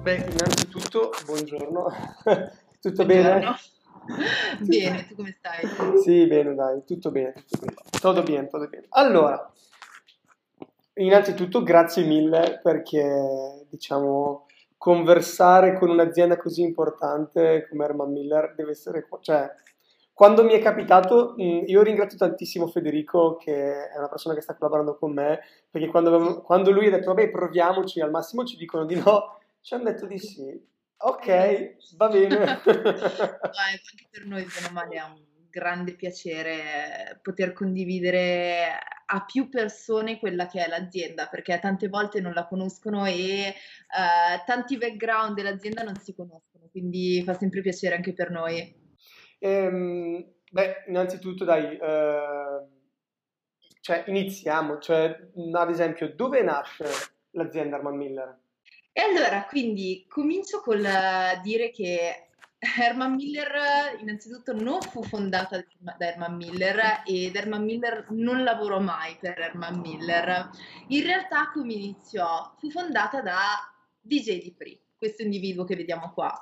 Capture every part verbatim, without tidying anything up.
Beh, innanzitutto, buongiorno. Tutto Buongiorno. bene? Bene, tu come stai? Sì, bene, dai, tutto bene, tutto bene. Todo bene, todo bene. Allora, innanzitutto grazie mille perché, diciamo, conversare con un'azienda così importante come Herman Miller deve essere, cioè, quando mi è capitato, mh, io ringrazio tantissimo Federico, che è una persona che sta collaborando con me, perché quando, Sì, avevamo- quando lui ha detto, vabbè, proviamoci, al massimo ci dicono di no, ci hanno detto di sì. sì. Eh, Ok, va bene. no, e anche per noi, bene o male, è un grande piacere poter condividere a più persone quella che è l'azienda, perché tante volte non la conoscono e eh, tanti background dell'azienda non si conoscono, quindi fa sempre piacere anche per noi. Ehm, beh, innanzitutto dai, eh, cioè, iniziamo, cioè, mh, ad esempio, dove nasce l'azienda Herman Miller? E allora, quindi comincio col eh, dire che Herman Miller eh, innanzitutto non fu fondata da Herman Miller ed Herman Miller non lavorò mai per Herman Miller. In realtà, come iniziò? Fu fondata da D J Dupree, questo individuo che vediamo qua.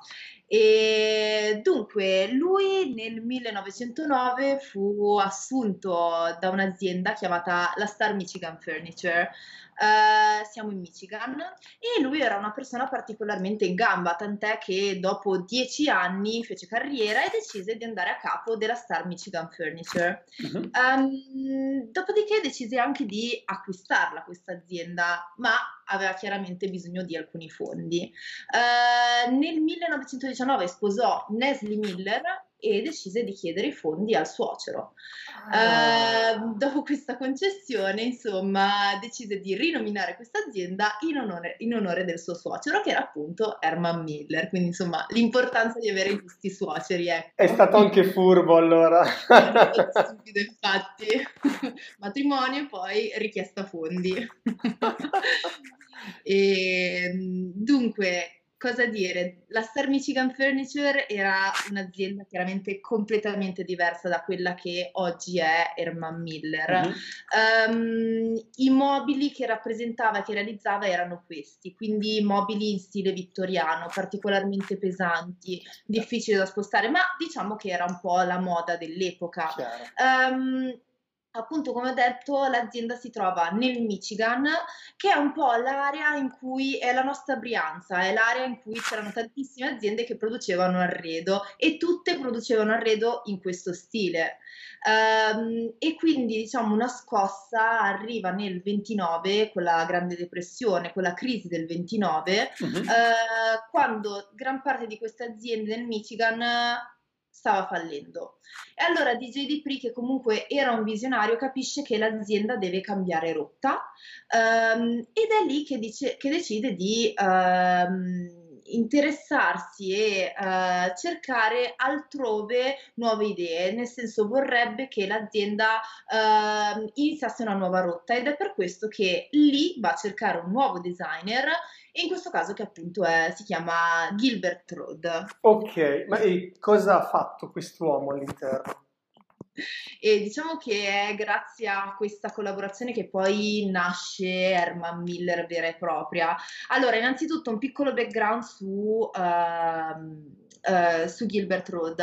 E dunque, lui nel millenovecentonove fu assunto da un'azienda chiamata la Star Michigan Furniture. Eh, siamo in Michigan e lui era una persona particolarmente in gamba, tant'è che dopo dieci anni fece carriera e decise di andare a capo della Star Michigan Furniture. Mhm. Ehm, dopodiché decise anche di acquistarla questa azienda, ma aveva chiaramente bisogno di alcuni fondi. Eh, nel millenovecentodiciannove sposò Neslie Miller e decise di chiedere i fondi al suocero. Ah, Eh, dopo questa concessione, insomma, decise di rinominare questa azienda in onore, in onore del suo suocero, che era appunto Herman Miller. Quindi, insomma, l'importanza di avere i giusti suoceri, è ecco. stato anche furbo allora. Non è stato stupido, infatti. Matrimonio e poi richiesta fondi. E, dunque, cosa dire? La Star Michigan Furniture era un'azienda chiaramente completamente diversa da quella che oggi è Herman Miller. Mhm. Ehm, I mobili che rappresentava e che realizzava erano questi, quindi mobili in stile vittoriano, particolarmente pesanti, difficili da spostare, ma diciamo che era un po' la moda dell'epoca. Chiaro. Ehm, Appunto, come ho detto, l'azienda si trova nel Michigan, che è un po' l'area in cui è la nostra Brianza, è l'area in cui c'erano tantissime aziende che producevano arredo e tutte producevano arredo in questo stile. Ehm, e quindi diciamo una scossa arriva nel ventinove con la Grande Depressione, con la crisi del ventinove, eh, Mhm. quando gran parte di queste aziende nel Michigan stava fallendo. E allora D J Dupree, che comunque era un visionario, capisce che l'azienda deve cambiare rotta, ehm, ed è lì che, dice, che decide di ehm, interessarsi e eh, cercare altrove nuove idee, nel senso vorrebbe che l'azienda ehm, iniziasse una nuova rotta ed è per questo che lì va a cercare un nuovo designer e in questo caso che appunto è- si chiama Gilbert Road. Ok, ma e cosa ha fatto quest'uomo all'interno? E diciamo che è grazie a questa collaborazione che poi nasce Herman Miller vera e propria. Allora, innanzitutto un piccolo background su, ehm, eh, su Gilbert Road.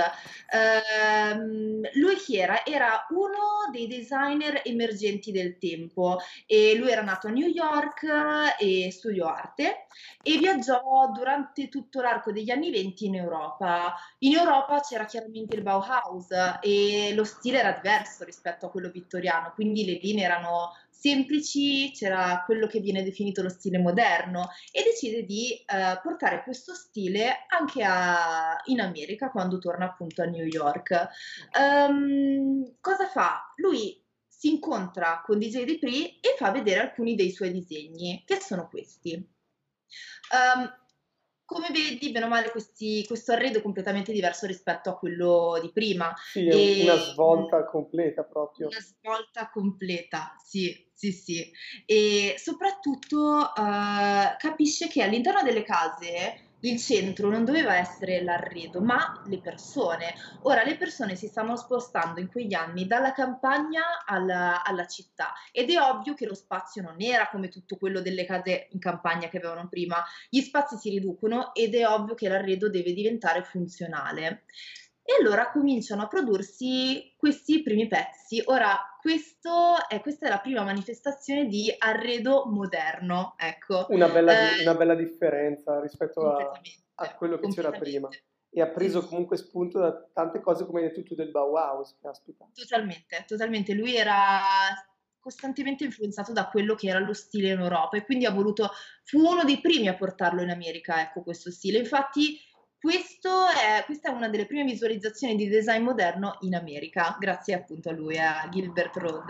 Ehm, lui chi era? Era uno dei designer emergenti del tempo e lui era nato a New York e studiò arte e viaggiò durante tutto l'arco degli anni venti in Europa. In Europa c'era chiaramente il Bauhaus e lo stile era diverso rispetto a quello vittoriano, quindi le linee erano semplici, c'era quello che viene definito lo stile moderno e decide di eh, portare questo stile anche a- in America quando torna appunto a New York. Ehm, cosa fa? Lui si incontra con D J Dupree e fa vedere alcuni dei suoi disegni, che sono questi. Ehm, Come vedi, bene o male, questi- questo arredo è completamente diverso rispetto a quello di prima. Sì, è un- E una mh, svolta completa proprio. una svolta completa, sì, sì, sì. E soprattutto eh, capisce che all'interno delle case il centro non doveva essere l'arredo, ma le persone. Ora, le persone si stanno spostando in quegli anni dalla campagna alla, alla città ed è ovvio che lo spazio non era come tutto quello delle case in campagna che avevano prima. Gli spazi si riducono ed è ovvio che l'arredo deve diventare funzionale. E allora cominciano a prodursi questi primi pezzi. Ora, questo è, questa è la prima manifestazione di arredo moderno, ecco. Una bella, Eh, di- una bella differenza rispetto a, a completamente, quello che c'era prima. completamente. E ha Sì, preso sì, comunque spunto da tante cose, come hai detto tu, del Bauhaus, caspita. totalmente, totalmente. Lui era costantemente influenzato da quello che era lo stile in Europa e quindi ha voluto, fu uno dei primi a portarlo in America, ecco, questo stile. Infatti, questo è, questa è una delle prime visualizzazioni di design moderno in America, grazie appunto a lui, a Gilbert Road.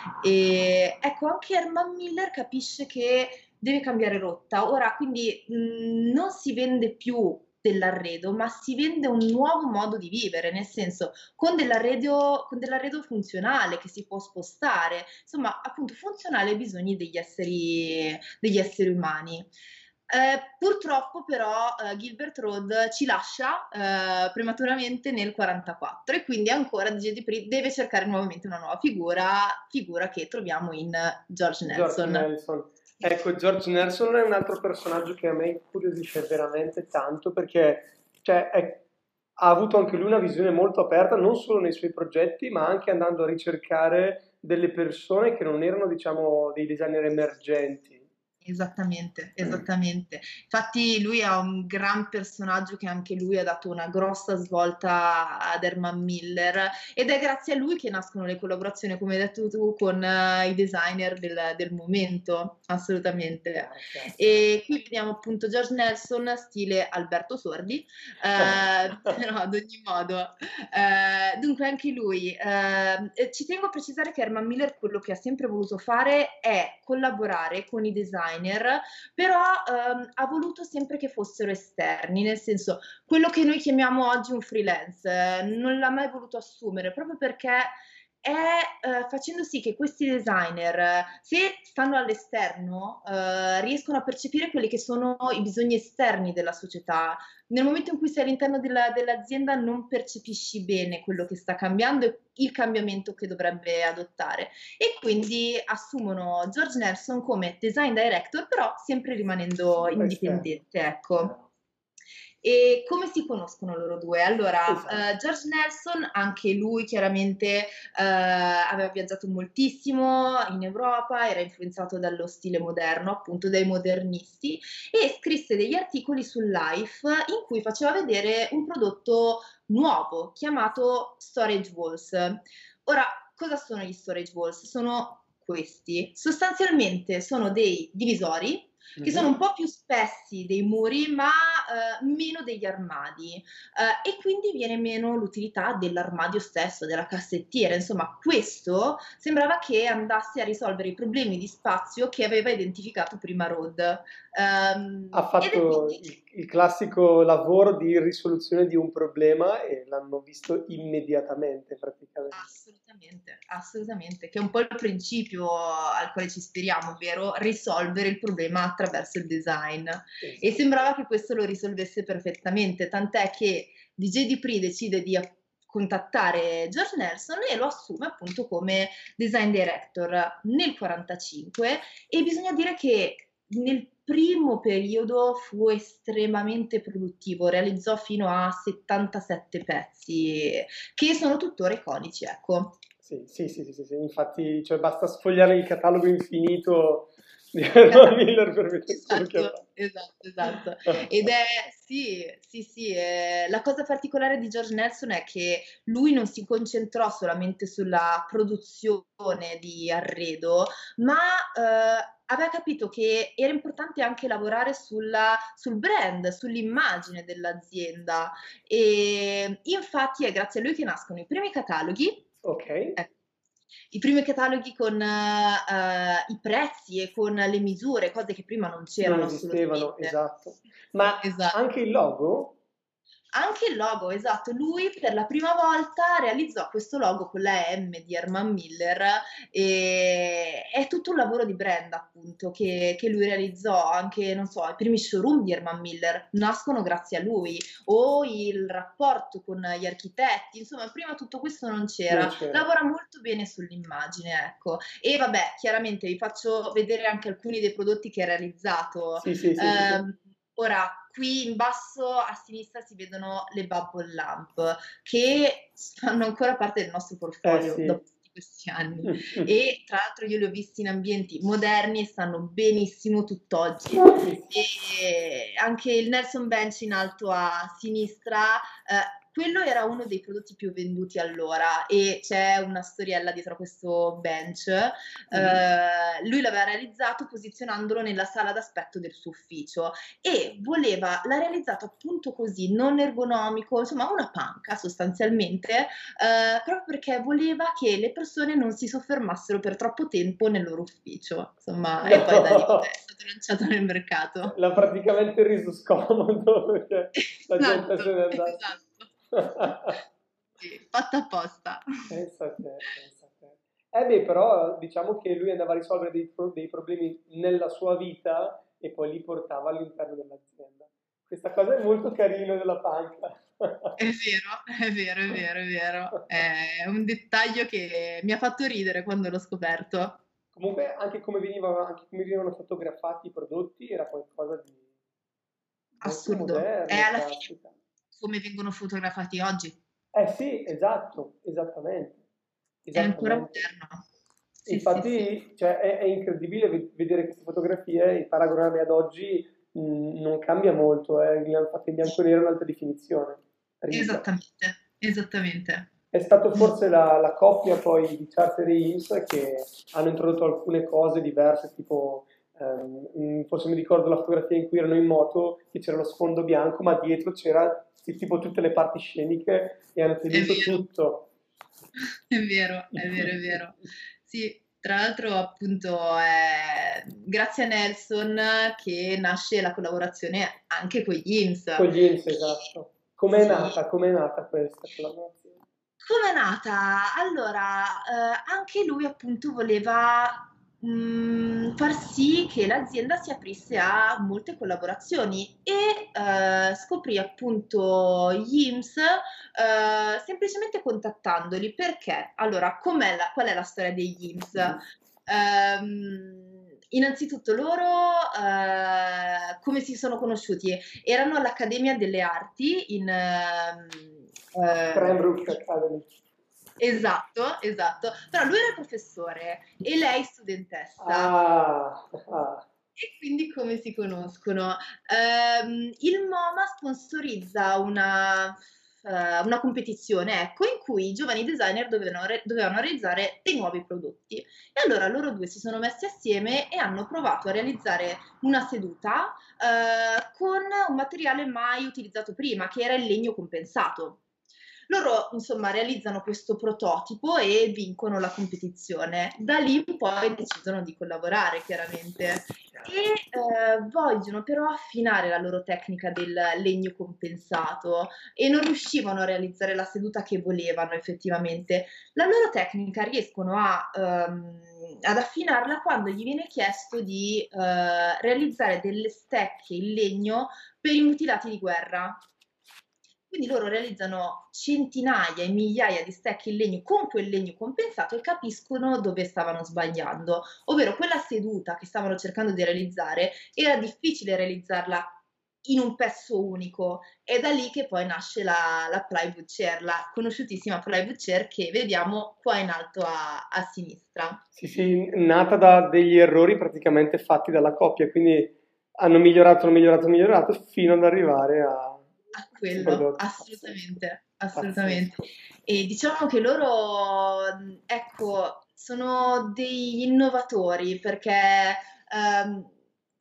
E ecco, anche Herman Miller capisce che deve cambiare rotta. Ora, quindi mh, non si vende più dell'arredo, ma si vende un nuovo modo di vivere, nel senso con dell'arredo, con dell'arredo funzionale che si può spostare, insomma, appunto funzionale ai bisogni degli esseri, degli esseri umani. Eh, purtroppo però eh, Gilbert Road ci lascia eh, prematuramente nel quarantaquattro e quindi ancora D J Dupree deve cercare nuovamente una nuova figura, figura che troviamo in George George Nelson. Nelson. Ecco, George Nelson è un altro personaggio che a me incuriosisce veramente tanto perché cioè, è- ha avuto anche lui una visione molto aperta, non solo nei suoi progetti, ma anche andando a ricercare delle persone che non erano, diciamo, dei designer emergenti. Esattamente, esattamente. Infatti lui è un gran personaggio che anche lui ha dato una grossa svolta ad Herman Miller ed è grazie a lui che nascono le collaborazioni, come hai detto tu, con eh, i designer del, del momento, assolutamente. Chiaro, chiaro. E qui vediamo appunto George Nelson, stile Alberto Sordi, eh, però ad ogni modo. Eh, dunque anche lui, eh, e ci tengo a precisare che Herman Miller quello che ha sempre voluto fare è collaborare con i designer, però ehm, ha voluto sempre che fossero esterni, nel senso quello che noi chiamiamo oggi un freelance, eh, non l'ha mai voluto assumere proprio perché è eh, facendo sì che questi designer, eh, se stanno all'esterno, eh, riescono a percepire quelli che sono i bisogni esterni della società. Nel momento in cui sei all'interno della- dell'azienda non percepisci bene quello che sta cambiando e il cambiamento che dovrebbe adottare. E quindi assumono George Nelson come design director, però sempre rimanendo Sempre esterno. indipendente, ecco. Chiaro. E come si conoscono loro due? Allora, Esatto. eh, George Nelson, anche lui chiaramente eh, aveva viaggiato moltissimo in Europa, era influenzato dallo stile moderno, appunto dai modernisti, e scrisse degli articoli sul Life in cui faceva vedere un prodotto nuovo chiamato Storage Walls. Ora, cosa sono gli storage walls? Sono questi. Sostanzialmente sono dei divisori che sono un Mhm. po' più spessi dei muri, ma eh, meno degli armadi. Eh, e quindi viene meno l'utilità dell'armadio stesso, della cassettiera. Insomma, questo sembrava che andasse a risolvere i problemi di spazio che aveva identificato prima Rod. Ha Ehm, ed è fatto quindi il, il classico lavoro di risoluzione di un problema e l'hanno visto immediatamente praticamente. assolutamente, assolutamente, che è un po' il principio al quale ci ispiriamo, ovvero risolvere il problema attraverso il design. E Esatto. sembrava che questo lo risolvesse perfettamente, tant'è che D J Dupree decide di a- contattare George Nelson e lo assume appunto come design director nel quarantacinque e bisogna dire che nel primo periodo fu estremamente produttivo, realizzò fino a settantasette pezzi che sono tuttora iconici, ecco. Sì, sì, sì, sì, sì, sì. Infatti, cioè, basta sfogliare il catalogo infinito di Herman Miller per vedere quello che ha Esatto, fatto. esatto, esatto. Ed è, sì, sì, sì, eh, la cosa particolare di George Nelson è che lui non si concentrò solamente sulla produzione di arredo, ma eh, aveva capito che era importante anche lavorare sulla- sul brand, sull'immagine dell'azienda. E infatti è grazie a lui che nascono i primi cataloghi. Ok, Ecco, i primi cataloghi con eh, eh, i prezzi e con le misure, cose che prima non non c'erano esistevano, assolutamente. esatto. Ma Esatto. anche il logo? Anche il logo, esatto. Lui per la prima volta realizzò questo logo con la M di Herman Miller e è tutto un lavoro di brand appunto che, che lui realizzò, anche, non so, i primi showroom di Herman Miller nascono grazie a lui, o il rapporto con gli architetti, insomma, prima tutto questo non Non c'era. c'era. Lavora molto bene sull'immagine, ecco. E vabbè, chiaramente vi faccio vedere anche alcuni dei prodotti che ha realizzato. Sì, sì, sì, sì, sì. Ehm, ora, qui in basso a sinistra si vedono le bubble lamp, che fanno ancora parte del nostro Eh portfolio dopo sì. tutti questi anni. E tra l'altro io li ho visti in ambienti moderni e stanno benissimo tutt'oggi. Sì, sì. E anche il Nelson Bench in alto a sinistra, eh, quello era uno dei prodotti più venduti allora e c'è una storiella dietro a questo bench. Mhm. Eh, lui l'aveva realizzato posizionandolo nella sala d'aspetto del suo ufficio e voleva, l'ha realizzato appunto così, non ergonomico, insomma una panca sostanzialmente, eh, proprio perché voleva che le persone non si soffermassero per troppo tempo nel loro ufficio, insomma, e poi da lì vabbè, No, è stato lanciato nel mercato. l'ha praticamente reso scomodo perché la gente Esatto, se ne andasse. esatto. Sì, fatta apposta. Pensa a te, pensa a te. Eh beh, però diciamo che lui andava a risolvere dei, pro- dei problemi nella sua vita e poi li portava all'interno dell'azienda. Questa cosa è molto carina della panca. È vero, è vero, è vero, è vero. È un dettaglio che mi ha fatto ridere quando l'ho scoperto. Comunque anche come veniva, anche come venivano fotografati i prodotti era qualcosa di molto Assurdo. È moderno, alla fine caspita. come vengono fotografati oggi. Eh sì, esatto, esattamente, È ancora esattamente. moderno. Sì, sì, sì. Infatti, cioè, è, è incredibile ve- vedere queste fotografie e paragonarle ad oggi, mh, non cambia molto, eh, li hanno fatte in bianco e nero in alta definizione, riga. Esattamente, esattamente. È stato forse la, la coppia poi di Charter e Eames che hanno introdotto alcune cose diverse, tipo, ehm, mh, forse mi ricordo la fotografia in cui erano in moto, che c'era lo sfondo bianco, ma dietro c'era sì, tipo tutte le parti sceniche e hanno È tenuto vero. tutto. È vero, è vero, è vero. Sì, tra l'altro appunto è grazie a Nelson che nasce la collaborazione anche con gli I M S. Con gli I N P S, Che- esatto. Com'è sì. nata? Com'è nata questa collaborazione? Com'è nata? Allora, eh, anche lui appunto voleva mh, far sì che l'azienda si aprisse a molte collaborazioni e eh, scoprì appunto gli I M S eh, semplicemente contattandoli perché, allora, com'è la- qual è la storia degli I M S? Mhm. Ehm, innanzitutto loro eh, come si sono conosciuti? Erano all'Accademia delle Arti in, ehm, ehm, Cranbrook Academy. esatto, esatto, però lui era professore e lei studentessa. Ah, ah. E quindi come si conoscono? Ehm, il MoMA sponsorizza una, eh, una competizione, ecco, in cui i giovani designer dovevano, re- dovevano realizzare dei nuovi prodotti. E allora loro due si sono messi assieme e hanno provato a realizzare una seduta, eh, con un materiale mai utilizzato prima, che era il legno compensato. Loro, insomma, realizzano questo prototipo e vincono la competizione. Da lì in poi decidono di collaborare, chiaramente. E eh, vogliono però affinare la loro tecnica del legno compensato e non riuscivano a realizzare la seduta che volevano effettivamente. La loro tecnica riescono a, ehm, ad affinarla quando gli viene chiesto di eh, realizzare delle stecche in legno per i mutilati di guerra. Quindi loro realizzano centinaia e migliaia di stecche in legno con quel legno compensato e capiscono dove stavano sbagliando, ovvero quella seduta che stavano cercando di realizzare era difficile realizzarla in un pezzo unico. È da lì che poi nasce la, la plywood chair, la conosciutissima plywood chair che vediamo qua in alto a, a sinistra. Sì, sì, nata da degli errori praticamente fatti dalla coppia, quindi hanno migliorato, hanno migliorato, migliorato fino ad arrivare a A questo quello, prodotto. Pazzesco, assolutamente, assolutamente. pazzesco. E diciamo che loro, mh, ecco, sono degli innovatori perché ehm,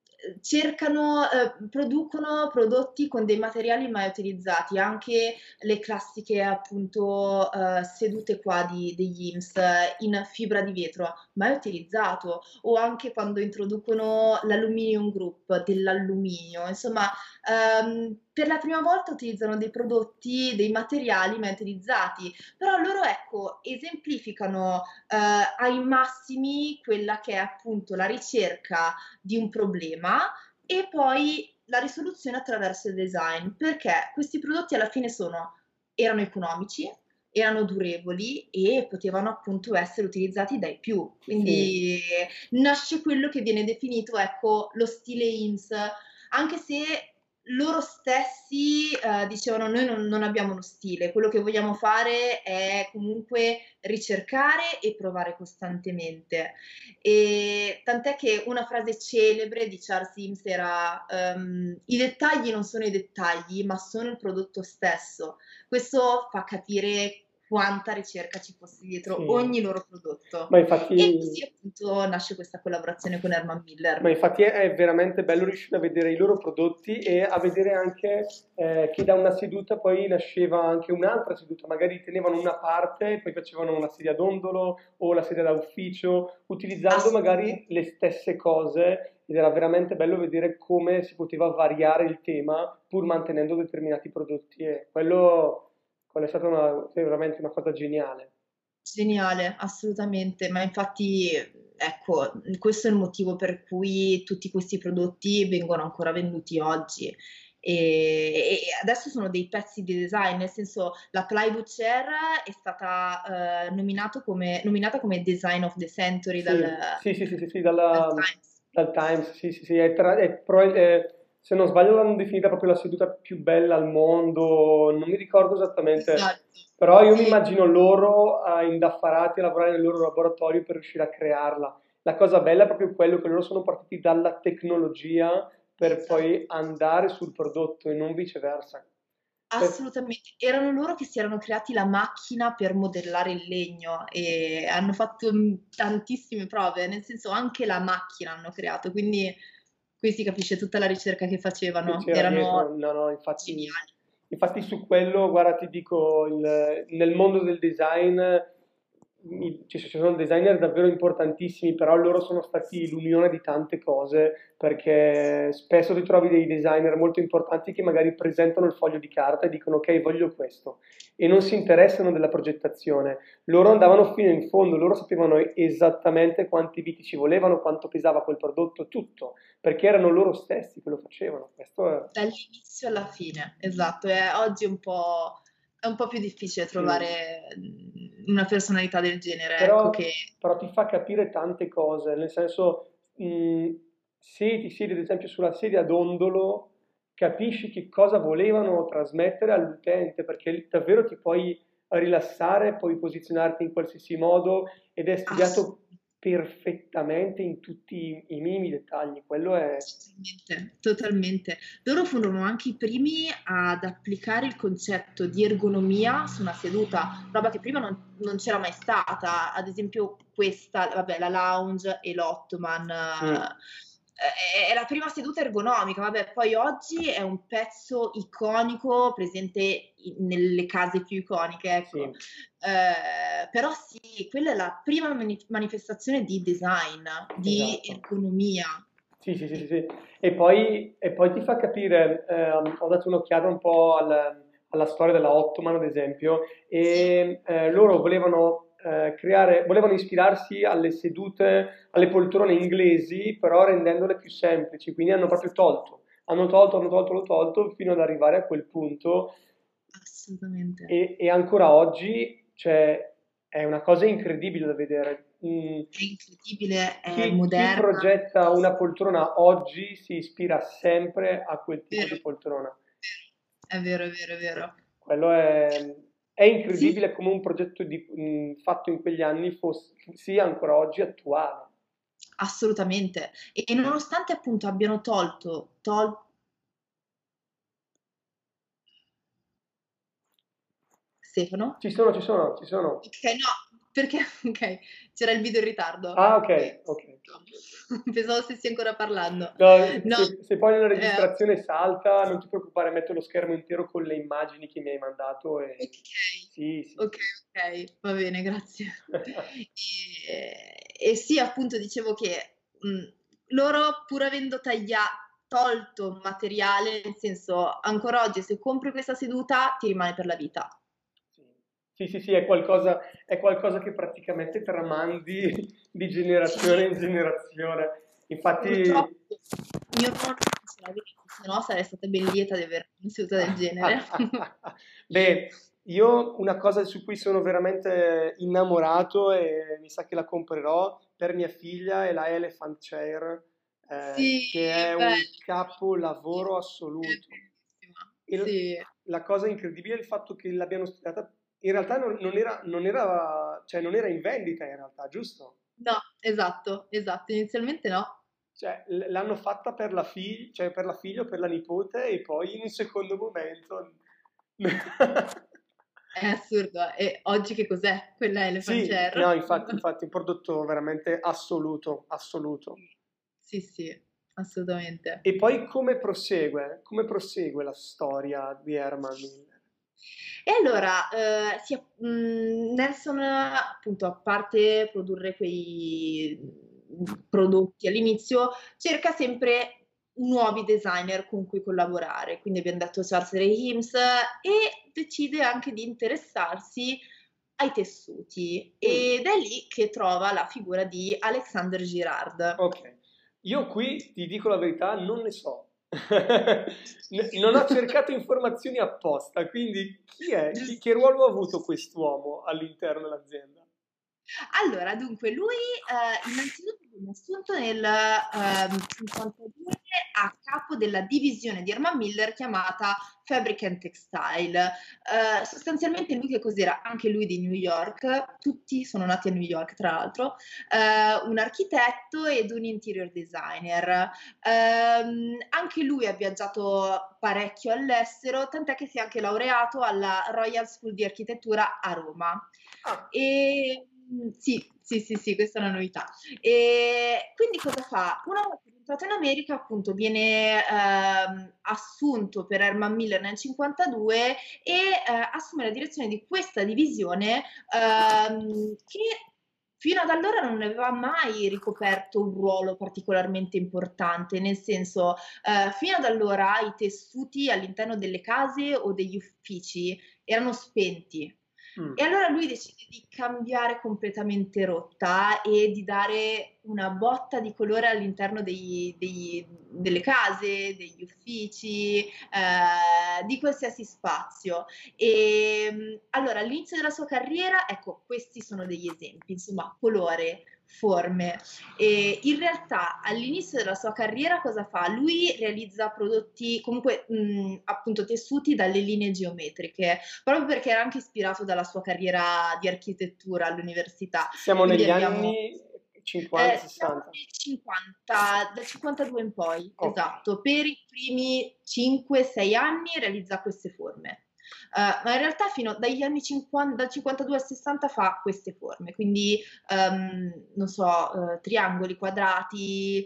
cercano, eh, producono prodotti con dei materiali mai utilizzati, anche le classiche appunto eh, sedute qua di, degli I M S in fibra di vetro, mai utilizzato, o anche quando introducono l'aluminium group dell'alluminio, insomma ehm, per la prima volta utilizzano dei prodotti, dei materiali metalizzati, però loro, ecco, esemplificano eh, ai massimi quella che è appunto la ricerca di un problema e poi la risoluzione attraverso il design, perché questi prodotti alla fine sono, erano economici, erano durevoli e potevano appunto essere utilizzati dai più. Sì, sì. Quindi nasce quello che viene definito, ecco, lo stile I M S, anche se loro stessi eh, dicevano noi non, non abbiamo uno stile, quello che vogliamo fare è comunque ricercare e provare costantemente. E tant'è che una frase celebre di Charles Sims era ehm, i dettagli non sono i dettagli, ma sono il prodotto stesso. Questo fa capire quanta ricerca ci fosse dietro Sì. ogni loro prodotto. Ma E così infatti, appunto nasce questa collaborazione con Herman ma Miller. infatti è è veramente bello riuscire a vedere i loro prodotti e a vedere anche eh, che da una seduta poi nasceva anche un'altra seduta, magari tenevano una parte e poi facevano una sedia a dondolo o la sedia da ufficio, utilizzando magari Assolutamente. le stesse cose ed era veramente bello vedere come si poteva variare il tema pur mantenendo determinati prodotti e quello, quello è stata una- è veramente una cosa geniale. Geniale, assolutamente, ma infatti, ecco, questo è il motivo per cui tutti questi prodotti vengono ancora venduti oggi. E, e adesso sono dei pezzi di design, nel senso la Plywood Chair è stata eh, nominato come- nominata come Design of the Century dal, Sì, sì, sì, sì, sì, sì, dal dalla- Times. dal Times, sì, sì, sì, è tra- è pro- è- se non sbaglio l'hanno definita proprio la seduta più bella al mondo, non mi ricordo esattamente, Esatto, però io mi sì, immagino loro eh, indaffarati a lavorare nel loro laboratorio per riuscire a crearla. La cosa bella è proprio quello che loro sono partiti dalla tecnologia per esatto. poi andare sul prodotto e non viceversa. Per- Assolutamente, erano loro che si erano creati la macchina per modellare il legno e hanno fatto mh, tantissime prove, nel senso anche la macchina hanno creato, quindi qui si capisce tutta la ricerca che che facevano, c'era erano dietro. No, no, infatti, geniali. infatti su quello, guarda, ti dico, il- nel mondo del design i- ci ci sono designer davvero importantissimi, però loro sono stati l'unione di tante cose, perché spesso ti trovi dei designer molto importanti che magari presentano il foglio di carta e dicono ok, voglio questo, e non si interessano della progettazione. Loro andavano fino in fondo, loro sapevano esattamente quanti viti ci volevano, quanto pesava quel prodotto, tutto perché erano loro stessi che lo facevano. Questo è, Dall'inizio alla fine, esatto, e oggi è un po', è un po' più difficile sì. trovare mh, una personalità del genere, ecco, che Però, però ti fa capire tante cose, nel senso, mh, se ti siedi ad esempio sulla sedia a dondolo, capisci che cosa volevano trasmettere all'utente, perché davvero ti puoi rilassare, puoi posizionarti in qualsiasi modo ed è studiato assolutamente. perfettamente in tutti i, i minimi dettagli. Quello è... Totalmente, totalmente. Loro furono anche i primi ad applicare il concetto di ergonomia su una seduta, roba che prima non, non c'era mai stata. Ad esempio, questa, vabbè, la lounge e l'Ottoman. Mm, eh, È la prima seduta ergonomica, vabbè, poi oggi è un pezzo iconico presente in- nelle case più iconiche, ecco. sì, Eh, però sì, quella è la prima mani- manifestazione di design, di esatto. ergonomia. Sì, sì, sì, sì, sì. E poi, e poi ti fa capire, ehm, ho dato un'occhiata un po' al- alla storia della Ottoman, ad esempio, Sì, e eh, loro volevano eh, creare, volevano ispirarsi alle sedute, alle poltrone inglesi, però rendendole più semplici, quindi hanno proprio tolto, hanno tolto, hanno tolto, hanno tolto, fino ad arrivare a quel punto assolutamente. e, e ancora oggi, cioè, è una cosa incredibile da vedere. Mm, È incredibile, è chi, chi moderna, progetta una poltrona oggi si ispira sempre a quel tipo vero, di poltrona. è vero, è vero, è vero. Quello è, è Sì, incredibile come un progetto di- mm, fatto in quegli anni fosse, sia ancora oggi attuale. assolutamente. E, e nonostante appunto abbiano tolto, tol- Stefano? Ci sono, ci sono, ci sono. Ok, no, perché ok, c'era il video in ritardo. Ah, ok, Ok. ok, ok. Pensavo stessi ancora parlando. No, No, se, se poi nella eh, registrazione salta, non ti preoccupare, metto lo schermo intero con le immagini che mi hai mandato e... ok, Sì, sì, ok, sì. ok, va bene, grazie. E, e sì, appunto, dicevo che mh, loro, pur avendo tagliato, tolto materiale, nel senso, ancora oggi se compri questa seduta ti rimane per la vita. Sì, sì, sì, sì, è qualcosa, è qualcosa che praticamente tramandi di generazione Sì, in generazione. purtroppo Infatti, mio nonno non ce l'aveva, se no sarei stata ben lieta di avere una seduta del genere. beh, io una cosa su cui sono veramente innamorato e mi sa che la comprerò per mia figlia è la Elephant Chair, eh, Sì, che è bella, un capolavoro è assoluto. bellissima. E l- Sì, la cosa incredibile è il fatto che l'abbiano studiata, in realtà non, non era, non era, cioè non era in vendita in realtà, giusto? no, esatto, esatto, inizialmente no. Cioè, l- l'hanno fatta per la figlia, cioè per la figlia o per la nipote e poi in un secondo momento... È assurdo. E oggi che cos'è quella Elephant Sì, no, Chair? infatti, infatti, un prodotto veramente assoluto, assoluto. Sì, sì, assolutamente. E poi come prosegue? Come prosegue la storia di Herman Miller? E allora, eh, si- mh, Nelson, appunto, a parte produrre quei prodotti all'inizio, cerca sempre nuovi designer con cui collaborare. Quindi abbiamo detto Charles Ray Himes e decide anche di interessarsi ai tessuti. Mm. Ed è lì che trova la figura di Alexander Girard. Ok, io qui ti dico la verità, non ne so. N- Non ho cercato informazioni apposta, quindi chi è? Chi- che ruolo ha avuto Giustissimo. quest'uomo all'interno dell'azienda? Allora, dunque, lui eh, innanzitutto viene assunto nel ehm, cinquantadue a capo della divisione di Herman Miller chiamata Fabric and Textile. Eh, sostanzialmente lui che cos'era? Anche lui di New York, tutti sono nati a New York tra l'altro, eh, un architetto ed un interior designer. Ehm, anche lui ha viaggiato parecchio all'estero, tant'è che si è anche laureato alla Royal School di Architettura a Roma. Ah, E mm, sì, sì, sì, sì, questa è una novità. E quindi cosa fa? Una volta entrato in America, appunto, viene ehm, assunto per Herman Miller nel cinquantadue e eh, assume la direzione di questa divisione ehm, che fino ad allora non aveva mai ricoperto un ruolo particolarmente importante, nel senso, eh, fino ad allora i tessuti all'interno delle case o degli uffici erano spenti. mm. E allora lui decide di cambiare completamente rotta e di dare una botta di colore all'interno dei- dei- delle case, degli uffici, eh, di qualsiasi spazio. E mh, allora, all'inizio della sua carriera, ecco, questi sono degli esempi, insomma, colore, forme. E in realtà all'inizio della sua carriera cosa fa? Lui realizza prodotti, comunque mh, appunto tessuti dalle linee geometriche, proprio perché era anche ispirato dalla sua carriera di architettura all'università. Siamo Quindi negli abbiamo anni cinquanta eh, siamo sessanta. nel cinquanta, dal cinquantadue in poi, Ok. esatto, per i primi cinque sei anni realizza queste forme. Eh, ma in realtà fino dagli anni cinquanta, dal cinquantadue al sessanta fa queste forme, quindi ehm, non so, eh, triangoli, quadrati,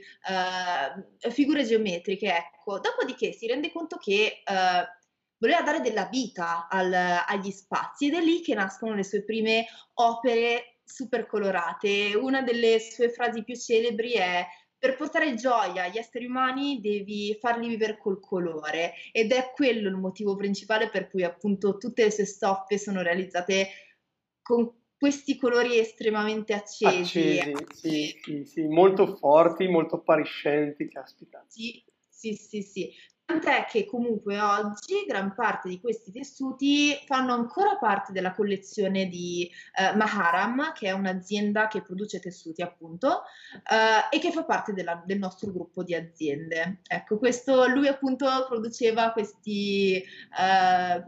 eh, figure geometriche, ecco. Dopodiché si rende conto che eh, voleva dare della vita al- agli spazi ed è lì che nascono le sue prime opere super colorate. Una delle sue frasi più celebri è: per portare gioia agli esseri umani devi farli vivere col colore, ed è quello il motivo principale per cui appunto tutte le sue stoffe sono realizzate con questi colori estremamente accesi. Accesi, sì, sì, sì, molto forti, molto appariscenti, caspita. Sì, sì, sì, sì. Tant'è che comunque oggi gran parte di questi tessuti fanno ancora parte della collezione di eh, Maharam, che è un'azienda che produce tessuti, appunto, eh, e che fa parte della- del nostro gruppo di aziende. Ecco, questo lui appunto produceva questi eh,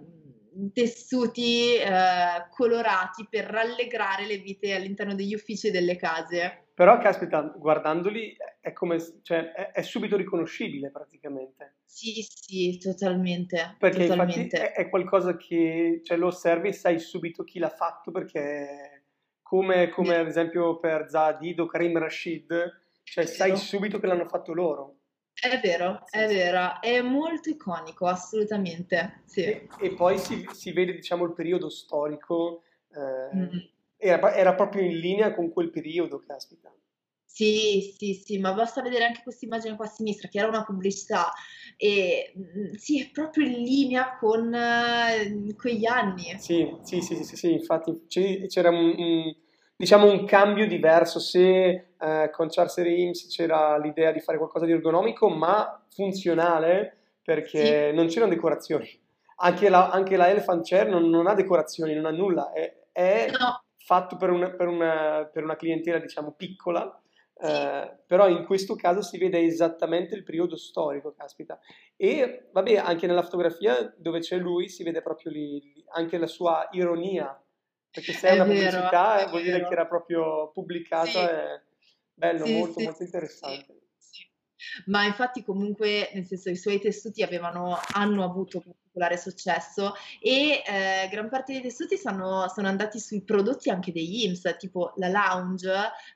tessuti eh, colorati per rallegrare le vite all'interno degli uffici e delle case. Però, caspita, guardandoli è come, s- cioè, è, è subito riconoscibile praticamente. Sì, sì, totalmente, Perché infatti totalmente. è, è qualcosa che, cioè, lo osservi e sai subito chi l'ha fatto, perché come, come ad Vero, esempio per Zadid o Karim Rashid, cioè sai vero. subito che l'hanno fatto loro. È vero, Sì, è sì. vero, è molto iconico, assolutamente, sì. E, e poi si, si vede, diciamo, il periodo storico, Mm. eh, era, era proprio in linea con quel periodo, caspita. Sì, sì, sì, ma basta vedere anche questa immagine qua a sinistra, che era una pubblicità, e mm, sì, è proprio in linea con eh, quegli anni. Sì, sì, sì, sì, sì, sì, infatti ci- c'era un, un- diciamo un cambio diverso, se eh, con Charles Reims c'era l'idea di fare qualcosa di ergonomico ma funzionale, perché Sì, non c'erano decorazioni. Anche la, anche la Elephant Chair non, non ha decorazioni, non ha nulla, è, è no, fatto per una, per una- per una clientela, diciamo, piccola, sì, eh, però in questo caso si vede esattamente il periodo storico, caspita. E vabbè, anche nella fotografia dove c'è lui si vede proprio lì, lì anche la sua ironia, perché se è è una vero, pubblicità è eh, vuol dire che vero. era proprio pubblicata, Sì, è bello, sì, molto sì, molto sì, sì, interessante. sì. Ma infatti comunque, nel senso, i suoi tessuti avevano, hanno avuto particolare successo e eh, gran parte dei tessuti sono, sono andati sui prodotti anche degli I M S, tipo la Lounge,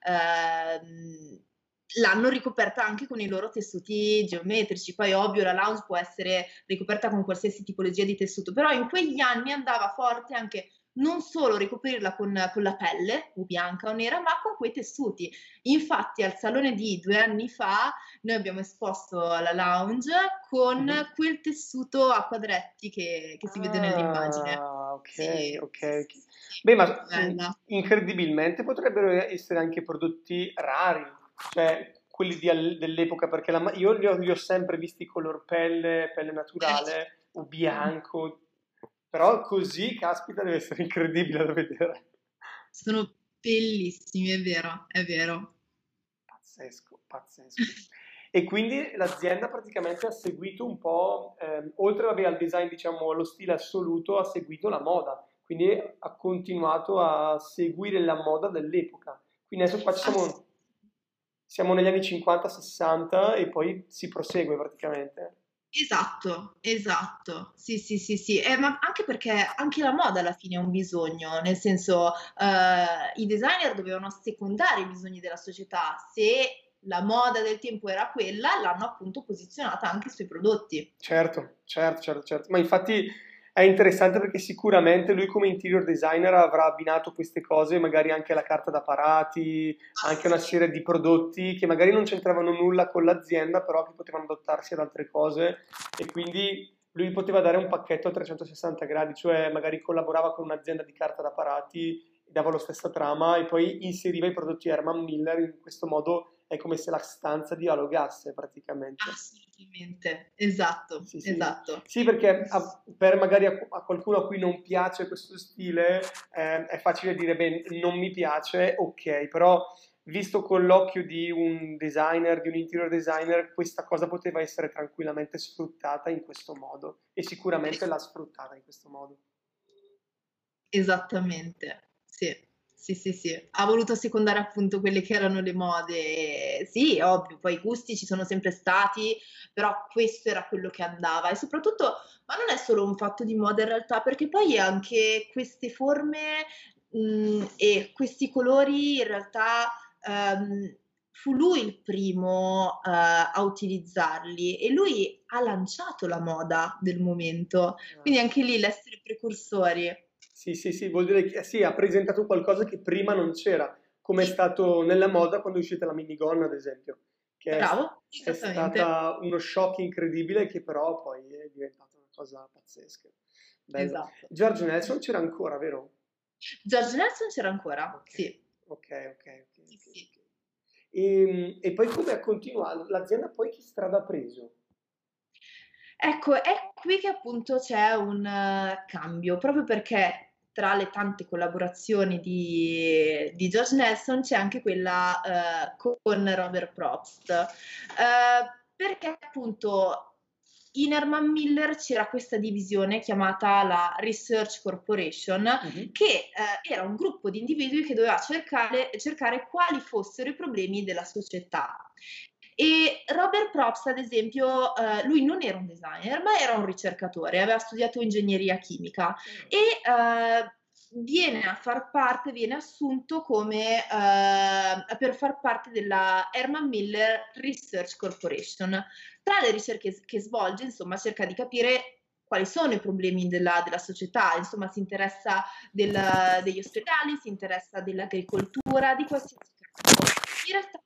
ehm, l'hanno ricoperta anche con i loro tessuti geometrici. Poi ovvio la Lounge può essere ricoperta con qualsiasi tipologia di tessuto, però in quegli anni andava forte anche non solo ricoprirla con, con la pelle, o bianca o nera, ma con quei tessuti. Infatti al salone di due anni fa noi abbiamo esposto alla lounge con Mhm. quel tessuto a quadretti che, che si vede nell'immagine. Ah, ok, Sì, ok, sì, ok. sì, sì, sì, Beh, molto ma mh, bella. incredibilmente potrebbero essere anche prodotti rari, cioè quelli di al- dell'epoca, perché la ma- io li ho, li ho sempre visti color pelle, pelle naturale o bianco, però così, caspita, deve essere incredibile da vedere. Sono bellissimi, è vero, è vero. Pazzesco, pazzesco. E quindi l'azienda praticamente ha seguito un po', ehm, oltre vabbè, al design, diciamo, allo stile assoluto, ha seguito la moda, quindi ha continuato a seguire la moda dell'epoca. Quindi adesso qua ci Ass- siamo, siamo negli anni cinquanta sessanta e poi si prosegue praticamente. Esatto, esatto, sì, sì, sì, sì, Eh, ma anche perché anche la moda alla fine è un bisogno, nel senso eh, i designer dovevano assecondare i bisogni della società, se la moda del tempo era quella, l'hanno appunto posizionata anche sui prodotti. Certo, certo, certo, certo. Ma infatti è interessante perché sicuramente lui come interior designer avrà abbinato queste cose, magari anche la carta da parati, Ah, anche una sì. serie di prodotti che magari non c'entravano nulla con l'azienda, però che potevano adattarsi ad altre cose e quindi lui poteva dare un pacchetto a trecentosessanta gradi, cioè magari collaborava con un'azienda di carta da parati, dava la stessa trama e poi inseriva i prodotti Herman Miller, in questo modo è come se la stanza dialogasse praticamente. Assolutamente, esatto, Sì, sì. esatto. Sì, perché a- per magari a, a qualcuno a cui non piace questo stile, eh, è facile dire, beh, non mi piace, ok, però visto con l'occhio di un designer, di un interior designer, questa cosa poteva essere tranquillamente sfruttata in questo modo e sicuramente l'ha sfruttata in questo modo. Esattamente, sì, sì, sì, sì. Ha voluto assecondare appunto quelle che erano le mode. Sì, ovvio, poi i gusti ci sono sempre stati, però questo era quello che andava. E soprattutto, ma non è solo un fatto di moda in realtà, perché poi anche queste forme, mh, e questi colori in realtà ehm, fu lui il primo eh, a utilizzarli e lui ha lanciato la moda del momento. Ah, Quindi sì. anche lì l'essere precursori. Sì, sì, sì, vuol dire che sì, ha presentato qualcosa che prima non c'era, come è Sì, stato nella moda quando è uscita la minigonna, ad esempio, che è, bravo, è esattamente, stata uno shock incredibile che però poi è diventata una cosa pazzesca. Bello. esatto. George Nelson c'era ancora, vero? George Nelson c'era ancora? Ok, Sì, ok, ok, ok, sì, ok. sì. Ok. E, e poi come ha continuato? L'azienda poi che strada ha preso? Ecco, è qui che appunto c'è un eh, cambio, proprio perché tra le tante collaborazioni di, di George Nelson c'è anche quella eh, con Robert Probst. Eh, perché appunto in Herman Miller c'era questa divisione chiamata la Research Corporation, Mhm. che eh, era un gruppo di individui che doveva cercare, cercare quali fossero i problemi della società. E Robert Probst, ad esempio, eh, lui non era un designer, ma era un ricercatore, aveva studiato ingegneria chimica e eh, viene a far parte, viene assunto come eh, per far parte della Herman Miller Research Corporation. Tra le ricerche che svolge, insomma, cerca di capire quali sono i problemi della, della società, insomma, si interessa del- degli ospedali, si interessa dell'agricoltura, di qualsiasi campo. In realtà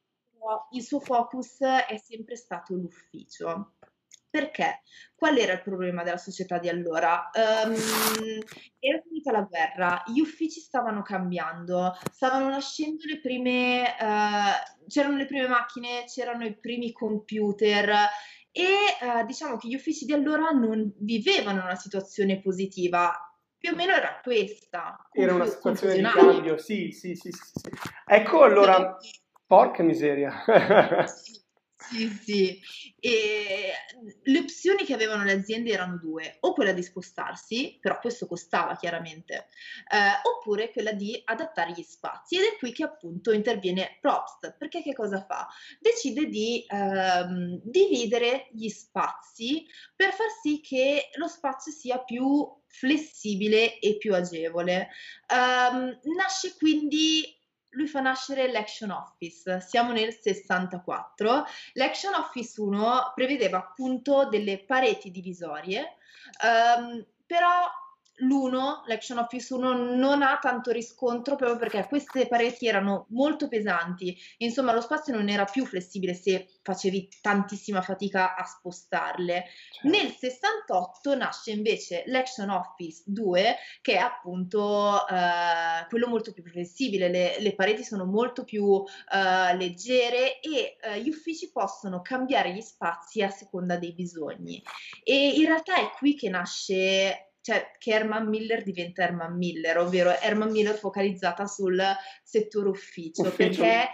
il suo focus è sempre stato l'ufficio. Perché? Qual era il problema della società di allora? Ehm, era finita la guerra, gli uffici stavano cambiando, stavano nascendo le prime, eh, c'erano le prime macchine, c'erano i primi computer e eh, diciamo che gli uffici di allora non vivevano una situazione positiva. Più o meno era questa, Era una confio- situazione di confusionale. cambio, sì, sì, sì, sì, sì. Ecco allora, porca miseria. Sì, sì, sì. E le opzioni che avevano le aziende erano due, o quella di spostarsi, però questo costava chiaramente, eh, oppure quella di adattare gli spazi. Ed è qui che appunto interviene Probst, perché che cosa fa? Decide di ehm, dividere gli spazi per far sì che lo spazio sia più flessibile e più agevole. Ehm, nasce quindi lui fa nascere l'Action Office, siamo nel sessantaquattro. L'Action Office uno prevedeva appunto delle pareti divisorie, ehm, però l'uno, l'Action Office uno, non ha tanto riscontro proprio perché queste pareti erano molto pesanti, insomma lo spazio non era più flessibile se facevi tantissima fatica a spostarle. Certo. Nel sessantotto nasce invece l'Action Office due, che è appunto eh, quello molto più flessibile, le, le pareti sono molto più eh, leggere e eh, gli uffici possono cambiare gli spazi a seconda dei bisogni. E in realtà è qui che nasce, cioè che Herman Miller diventa Herman Miller, ovvero Herman Miller focalizzata sul settore ufficio, Ufficio. perché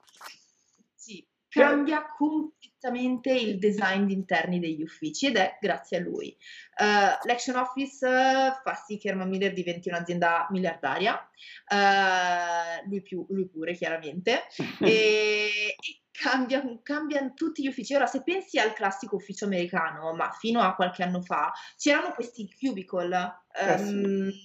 sì, Che- cambia completamente il design interni degli uffici ed è grazie a lui. Uh, L'Action Office uh, fa sì che Herman Miller diventi un'azienda miliardaria, uh, lui, più, lui pure chiaramente, e, e cambia, cambiano tutti gli uffici. Ora, se pensi al classico ufficio americano, ma fino a qualche anno fa, c'erano questi cubicle Eh sì. um,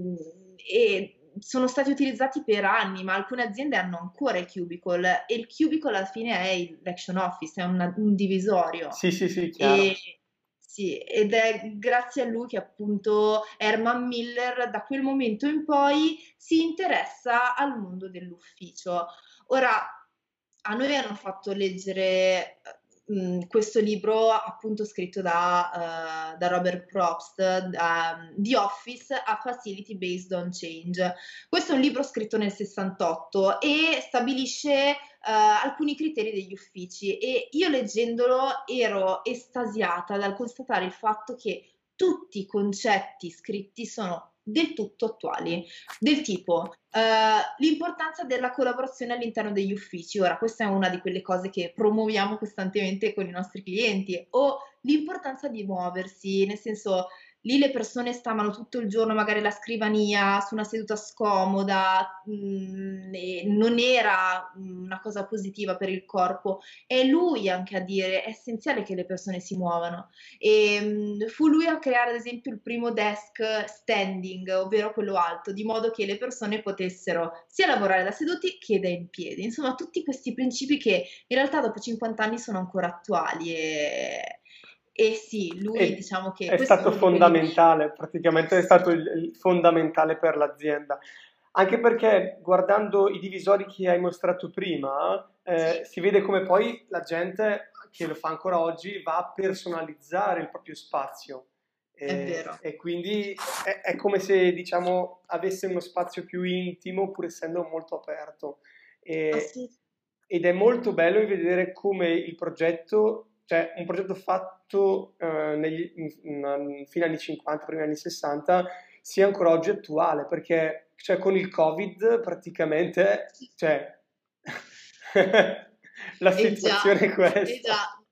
e sono stati utilizzati per anni, ma alcune aziende hanno ancora il cubicle e il cubicle alla fine è il- l'action office, è una- un divisorio. Sì, sì, sì, E, chiaro. sì, ed è grazie a lui che appunto Herman Miller da quel momento in poi si interessa al mondo dell'ufficio. Ora, a noi hanno fatto leggere eh, mh, questo libro appunto scritto da, eh, da Robert Probst, da, The Office, a Facility Based on Change. Questo è un libro scritto nel sessantotto e stabilisce Uh, alcuni criteri degli uffici e io leggendolo ero estasiata dal constatare il fatto che tutti i concetti scritti sono del tutto attuali, del tipo uh, l'importanza della collaborazione all'interno degli uffici. Ora, questa è una di quelle cose che promuoviamo costantemente con i nostri clienti, o l'importanza di muoversi, nel senso lì le persone stavano tutto il giorno magari alla scrivania, su una seduta scomoda, mh, e non era una cosa positiva per il corpo. È lui anche a dire è essenziale che le persone si muovano. E, mh, fu lui a creare ad esempio il primo desk standing, ovvero quello alto, di modo che le persone potessero sia lavorare da seduti che da in piedi. Insomma, tutti questi principi che in realtà dopo cinquanta anni sono ancora attuali e e sì, lui E diciamo che è questo è stato uno di quei libri. fondamentale, praticamente è stato il, il fondamentale per l'azienda. Anche perché guardando i divisori che hai mostrato prima, eh, Sì, si vede come poi la gente che lo fa ancora oggi va a personalizzare il proprio spazio. è E, vero. e quindi è, è come se, diciamo, avesse uno spazio più intimo, pur essendo molto aperto. E- Assolut- ed è molto bello di vedere come il progetto, cioè un progetto fatto eh, negli, in, in, fino agli anni cinquanta, primi anni sessanta, sia ancora oggi attuale, perché cioè, con il Covid praticamente, cioè, la Eh già, situazione è eh questa. già.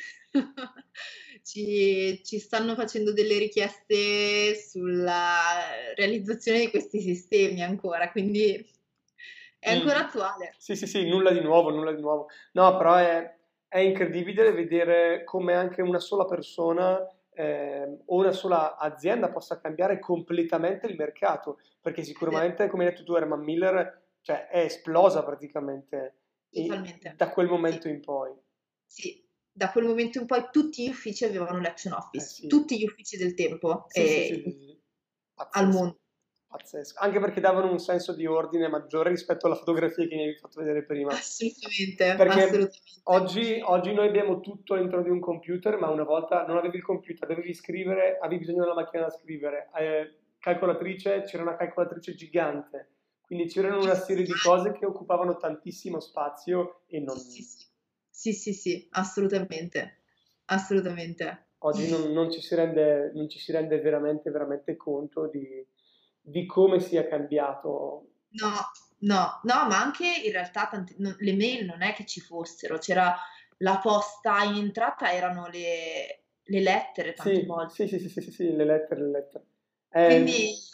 Ci, ci stanno facendo delle richieste sulla realizzazione di questi sistemi ancora, quindi è ancora Mm. attuale. Sì, sì, sì, nulla di nuovo, nulla di nuovo. No, però è, è incredibile vedere come anche una sola persona eh, o una sola azienda possa cambiare completamente il mercato, perché È vero, sicuramente, come hai detto tu, Herman Miller, cioè, è esplosa praticamente e- totalmente. da quel Sì. momento in poi. Sì, da quel momento in poi tutti gli uffici avevano l'action Eh office, sì, tutti gli uffici del tempo sì, sì, sì, eh, sì, sì. al Pazzesco, mondo. pazzesco. Anche perché davano un senso di ordine maggiore rispetto alla fotografia che mi avevi fatto vedere prima. Assolutamente, Perché assolutamente. oggi, oggi noi abbiamo tutto all'interno di un computer, ma una volta non avevi il computer, dovevi scrivere, avevi bisogno della macchina da scrivere. Eh, calcolatrice, c'era una calcolatrice gigante, quindi c'erano una serie di cose che occupavano tantissimo spazio e Sì, sì, non, sì, sì, sì, sì, assolutamente, assolutamente. oggi non, non ci si rende, non ci si rende veramente, veramente conto di, di come sia cambiato. No, no, no, ma anche in realtà tante- non- le mail non è che ci fossero, c'era la posta in entrata, erano le, le lettere tante Sì, volte. sì, sì, sì, sì, sì, sì, le lettere, le lettere. Eh, Quindi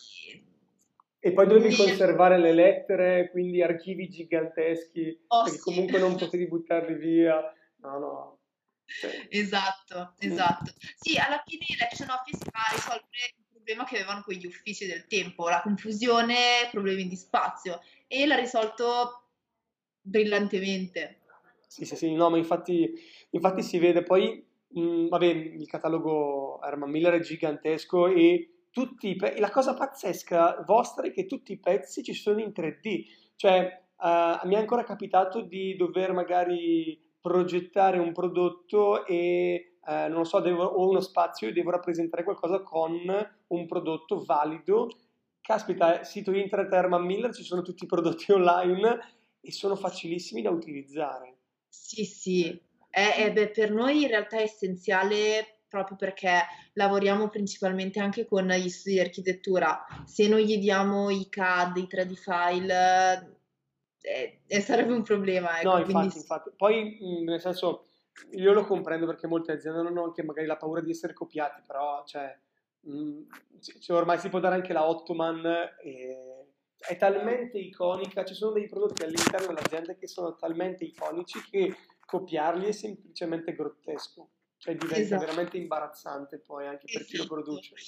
e poi dovevi nel... conservare le lettere, quindi archivi giganteschi, Oh perché sì, comunque non potevi buttarli via. No, no. Cioè, esatto, mm, esatto. Sì, alla fine l'Action Office va a risolvere il problema che avevano quegli uffici del tempo, la confusione, problemi di spazio, e l'ha risolto brillantemente. sì, sì, sì, no, ma infatti, infatti si vede poi, mh, vabbè, il catalogo Herman Miller è gigantesco e tutti i pe- e la cosa pazzesca vostra è che tutti i pezzi ci sono in tre D, cioè eh, mi è ancora capitato di dover magari progettare un prodotto e eh, non lo so, devo- ho uno spazio e devo rappresentare qualcosa con un prodotto valido. Caspita, eh, sito internet Herman Miller, ci sono tutti i prodotti online e sono facilissimi da utilizzare. Sì, sì, è, è- beh, per noi in realtà è essenziale proprio perché lavoriamo principalmente anche con gli studi di architettura. Se non gli diamo i C A D, i tre D file, eh, eh, sarebbe un problema, No, ecco, quindi infatti, sì. infatti. Poi, mh, nel senso, io lo comprendo perché molte aziende non hanno anche magari la paura di essere copiati, però, cioè, mh, c- cioè, ormai si può dare anche la Ottoman e è talmente iconica, ci sono dei prodotti all'interno dell'azienda che sono talmente iconici che copiarli è semplicemente grottesco, cioè diventa Esatto, veramente imbarazzante poi anche per chi lo esatto. produce.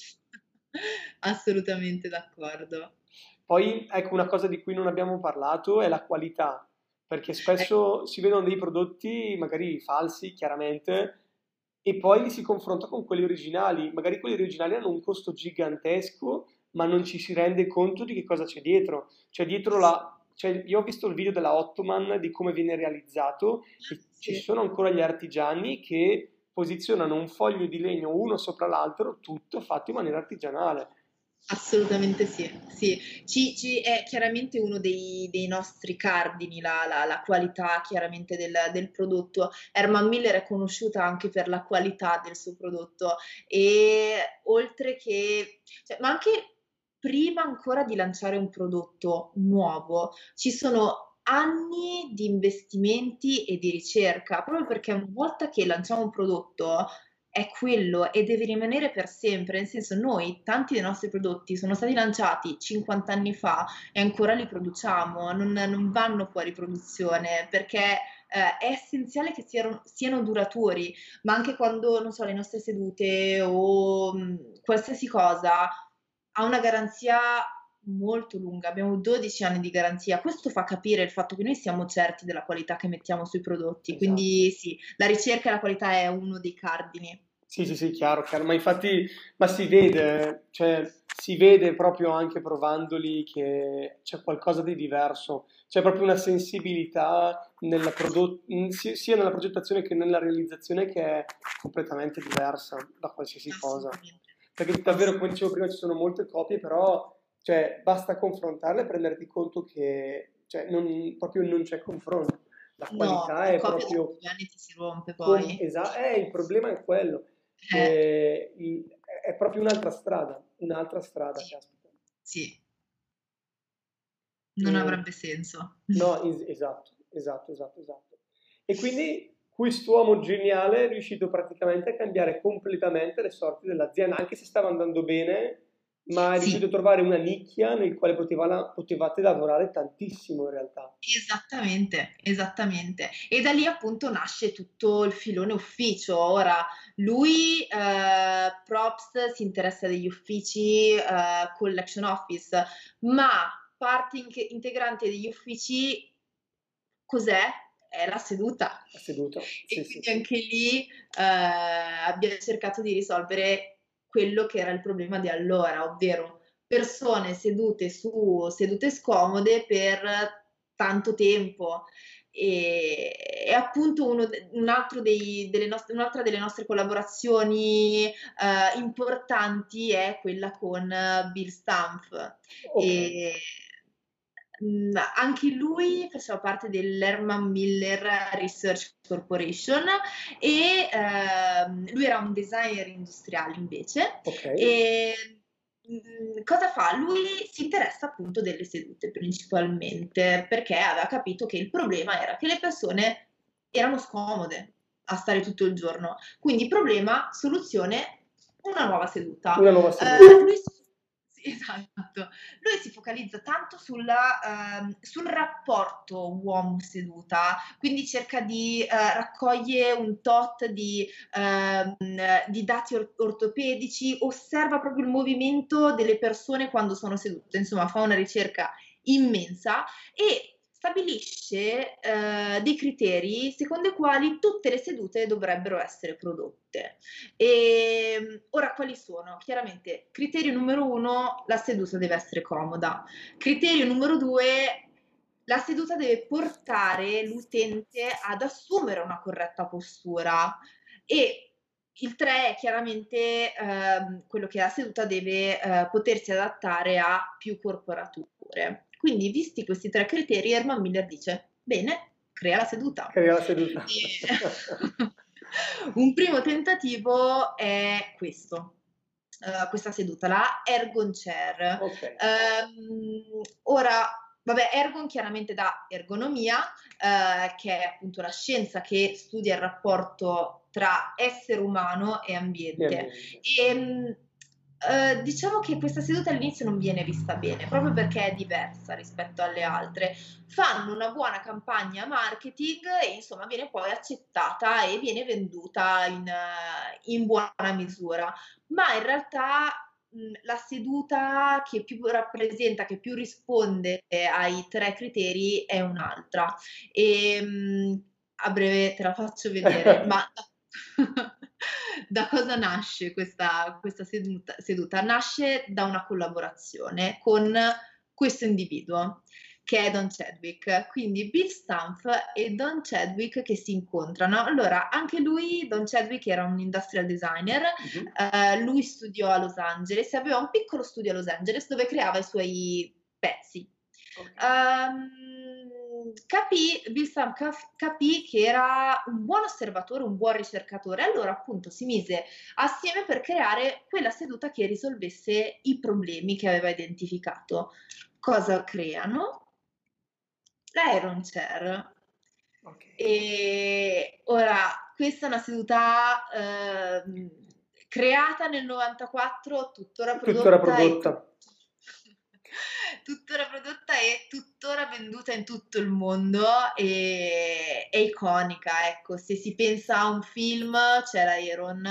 Assolutamente d'accordo. Poi, ecco, una cosa di cui non abbiamo parlato è la qualità, perché Eh, spesso si vedono dei prodotti magari falsi, chiaramente, e poi li si confronta con quelli originali. Magari quelli originali hanno un costo gigantesco, ma non ci si rende conto di che cosa c'è dietro. Cioè, dietro la... Cioè, io ho visto il video della Ottoman di come viene realizzato e ci sì. sono ancora gli artigiani che posizionano un foglio di legno uno sopra l'altro, tutto fatto in maniera artigianale. Assolutamente sì, sì. Ci, ci- è chiaramente uno dei, dei nostri cardini, la, la- la qualità chiaramente del, del prodotto. Herman Miller è conosciuta anche per la qualità del suo prodotto e oltre che, cioè, ma anche prima ancora di lanciare un prodotto nuovo, ci sono anni di investimenti e di ricerca, proprio perché una volta che lanciamo un prodotto è quello e deve rimanere per sempre, nel senso noi, tanti dei nostri prodotti sono stati lanciati cinquanta anni fa e ancora li produciamo, non, non vanno fuori produzione perché eh, è essenziale che siano, siano duraturi, ma anche quando, non so, le nostre sedute o mh, qualsiasi cosa ha una garanzia molto lunga, abbiamo dodici anni di garanzia. Questo fa capire il fatto che noi siamo certi della qualità che mettiamo sui prodotti, Esatto. quindi sì, la ricerca e la qualità è uno dei cardini. Sì, sì, sì, chiaro, chiaro, ma infatti, ma si vede, cioè, si vede proprio anche provandoli che c'è qualcosa di diverso, c'è proprio una sensibilità nella prodot- in- si- sia nella progettazione che nella realizzazione che è completamente diversa da qualsiasi cosa. Assolutamente. Perché davvero, come dicevo Assolutamente. prima, ci sono molte copie, però, cioè, basta confrontarle e prenderti conto che, cioè, non- proprio non c'è confronto. La No, qualità la è copia dopo proprio due anni ti si rompe Com- poi. esa- eh, il problema è quello, Eh, che il- è proprio un'altra strada, un'altra strada, sì, caspita. sì, non E- avrebbe senso. no, es- esatto, esatto, esatto, esatto. E quindi quest'uomo geniale è riuscito praticamente a cambiare completamente le sorti dell'azienda, anche se stava andando bene, ma è riuscito Sì, a trovare una nicchia nel quale poteva la- potevate lavorare tantissimo in realtà. esattamente, esattamente. E da lì appunto nasce tutto il filone ufficio. Ora, lui, eh, Props, si interessa degli uffici, eh, Collection Office, ma parte in- integrante degli uffici cos'è? È la seduta. A seduta, sì, E sì, quindi sì. anche lì eh, abbiamo cercato di risolvere quello che era il problema di allora, ovvero persone sedute su sedute scomode per tanto tempo. E, e appunto uno de- un altro dei, delle nostre, un'altra delle nostre collaborazioni eh, importanti è quella con eh, Bill Stumpf. Ok, E, mh, anche lui faceva parte dell'Herman Miller Research Corporation e ehm, lui era un designer industriale invece ok. e mh, cosa fa? Lui si interessa appunto delle sedute principalmente perché aveva capito che il problema era che le persone erano scomode a stare tutto il giorno. Quindi problema, soluzione, una nuova seduta. Una nuova seduta. Eh, lui si- sì, esatto. Lui si focalizza tanto sulla, ehm, sul rapporto uomo-seduta, quindi cerca di eh, raccoglie un tot di, ehm, di dati or- ortopedici, osserva proprio il movimento delle persone quando sono sedute, insomma fa una ricerca immensa e stabilisce eh, dei criteri secondo i quali tutte le sedute dovrebbero essere prodotte. E ora quali sono? Chiaramente, criterio numero uno, la seduta deve essere comoda. Criterio numero due, la seduta deve portare l'utente ad assumere una corretta postura. E il tre è chiaramente ehm, quello che la seduta deve eh, potersi adattare a più corporature. Quindi, visti questi tre criteri, Herman Miller dice: bene, crea la seduta. Crea la seduta. E un primo tentativo è questo, eh, questa seduta, la Ergon Chair. Ok, Ehm, ora, vabbè, Ergon chiaramente da ergonomia, eh, che è appunto la scienza che studia il rapporto tra essere umano e e ambiente. ambiente. E, mh, eh, diciamo che questa seduta all'inizio non viene vista bene, proprio perché è diversa rispetto alle altre. Fanno una buona campagna marketing e insomma viene poi accettata e viene venduta in, eh, in buona misura, ma in realtà mh, la seduta che più rappresenta, che più risponde ai tre criteri è un'altra. E, mh, a breve te la faccio vedere, ma da cosa nasce questa, questa seduta, seduta? Nasce da una collaborazione con questo individuo che è Don Chadwick, quindi Bill Stumpf e Don Chadwick che si incontrano. Allora, anche lui, Don Chadwick, era un industrial designer, Mhm. eh, lui studiò a Los Angeles e aveva un piccolo studio a Los Angeles dove creava i suoi pezzi. Ok. Um, capì, Bill Stamp cap- capì che era un buon osservatore, un buon ricercatore, allora appunto si mise assieme per creare quella seduta che risolvesse i problemi che aveva identificato. Cosa creano? L'Iron Chair. Ok. E ora, questa è una seduta ehm, creata nel novantaquattro, tuttora Tuttora prodotta e tut- prodotta. tuttora prodotta e tuttora venduta in tutto il mondo e è iconica, ecco, se si pensa a un film c'è la Iron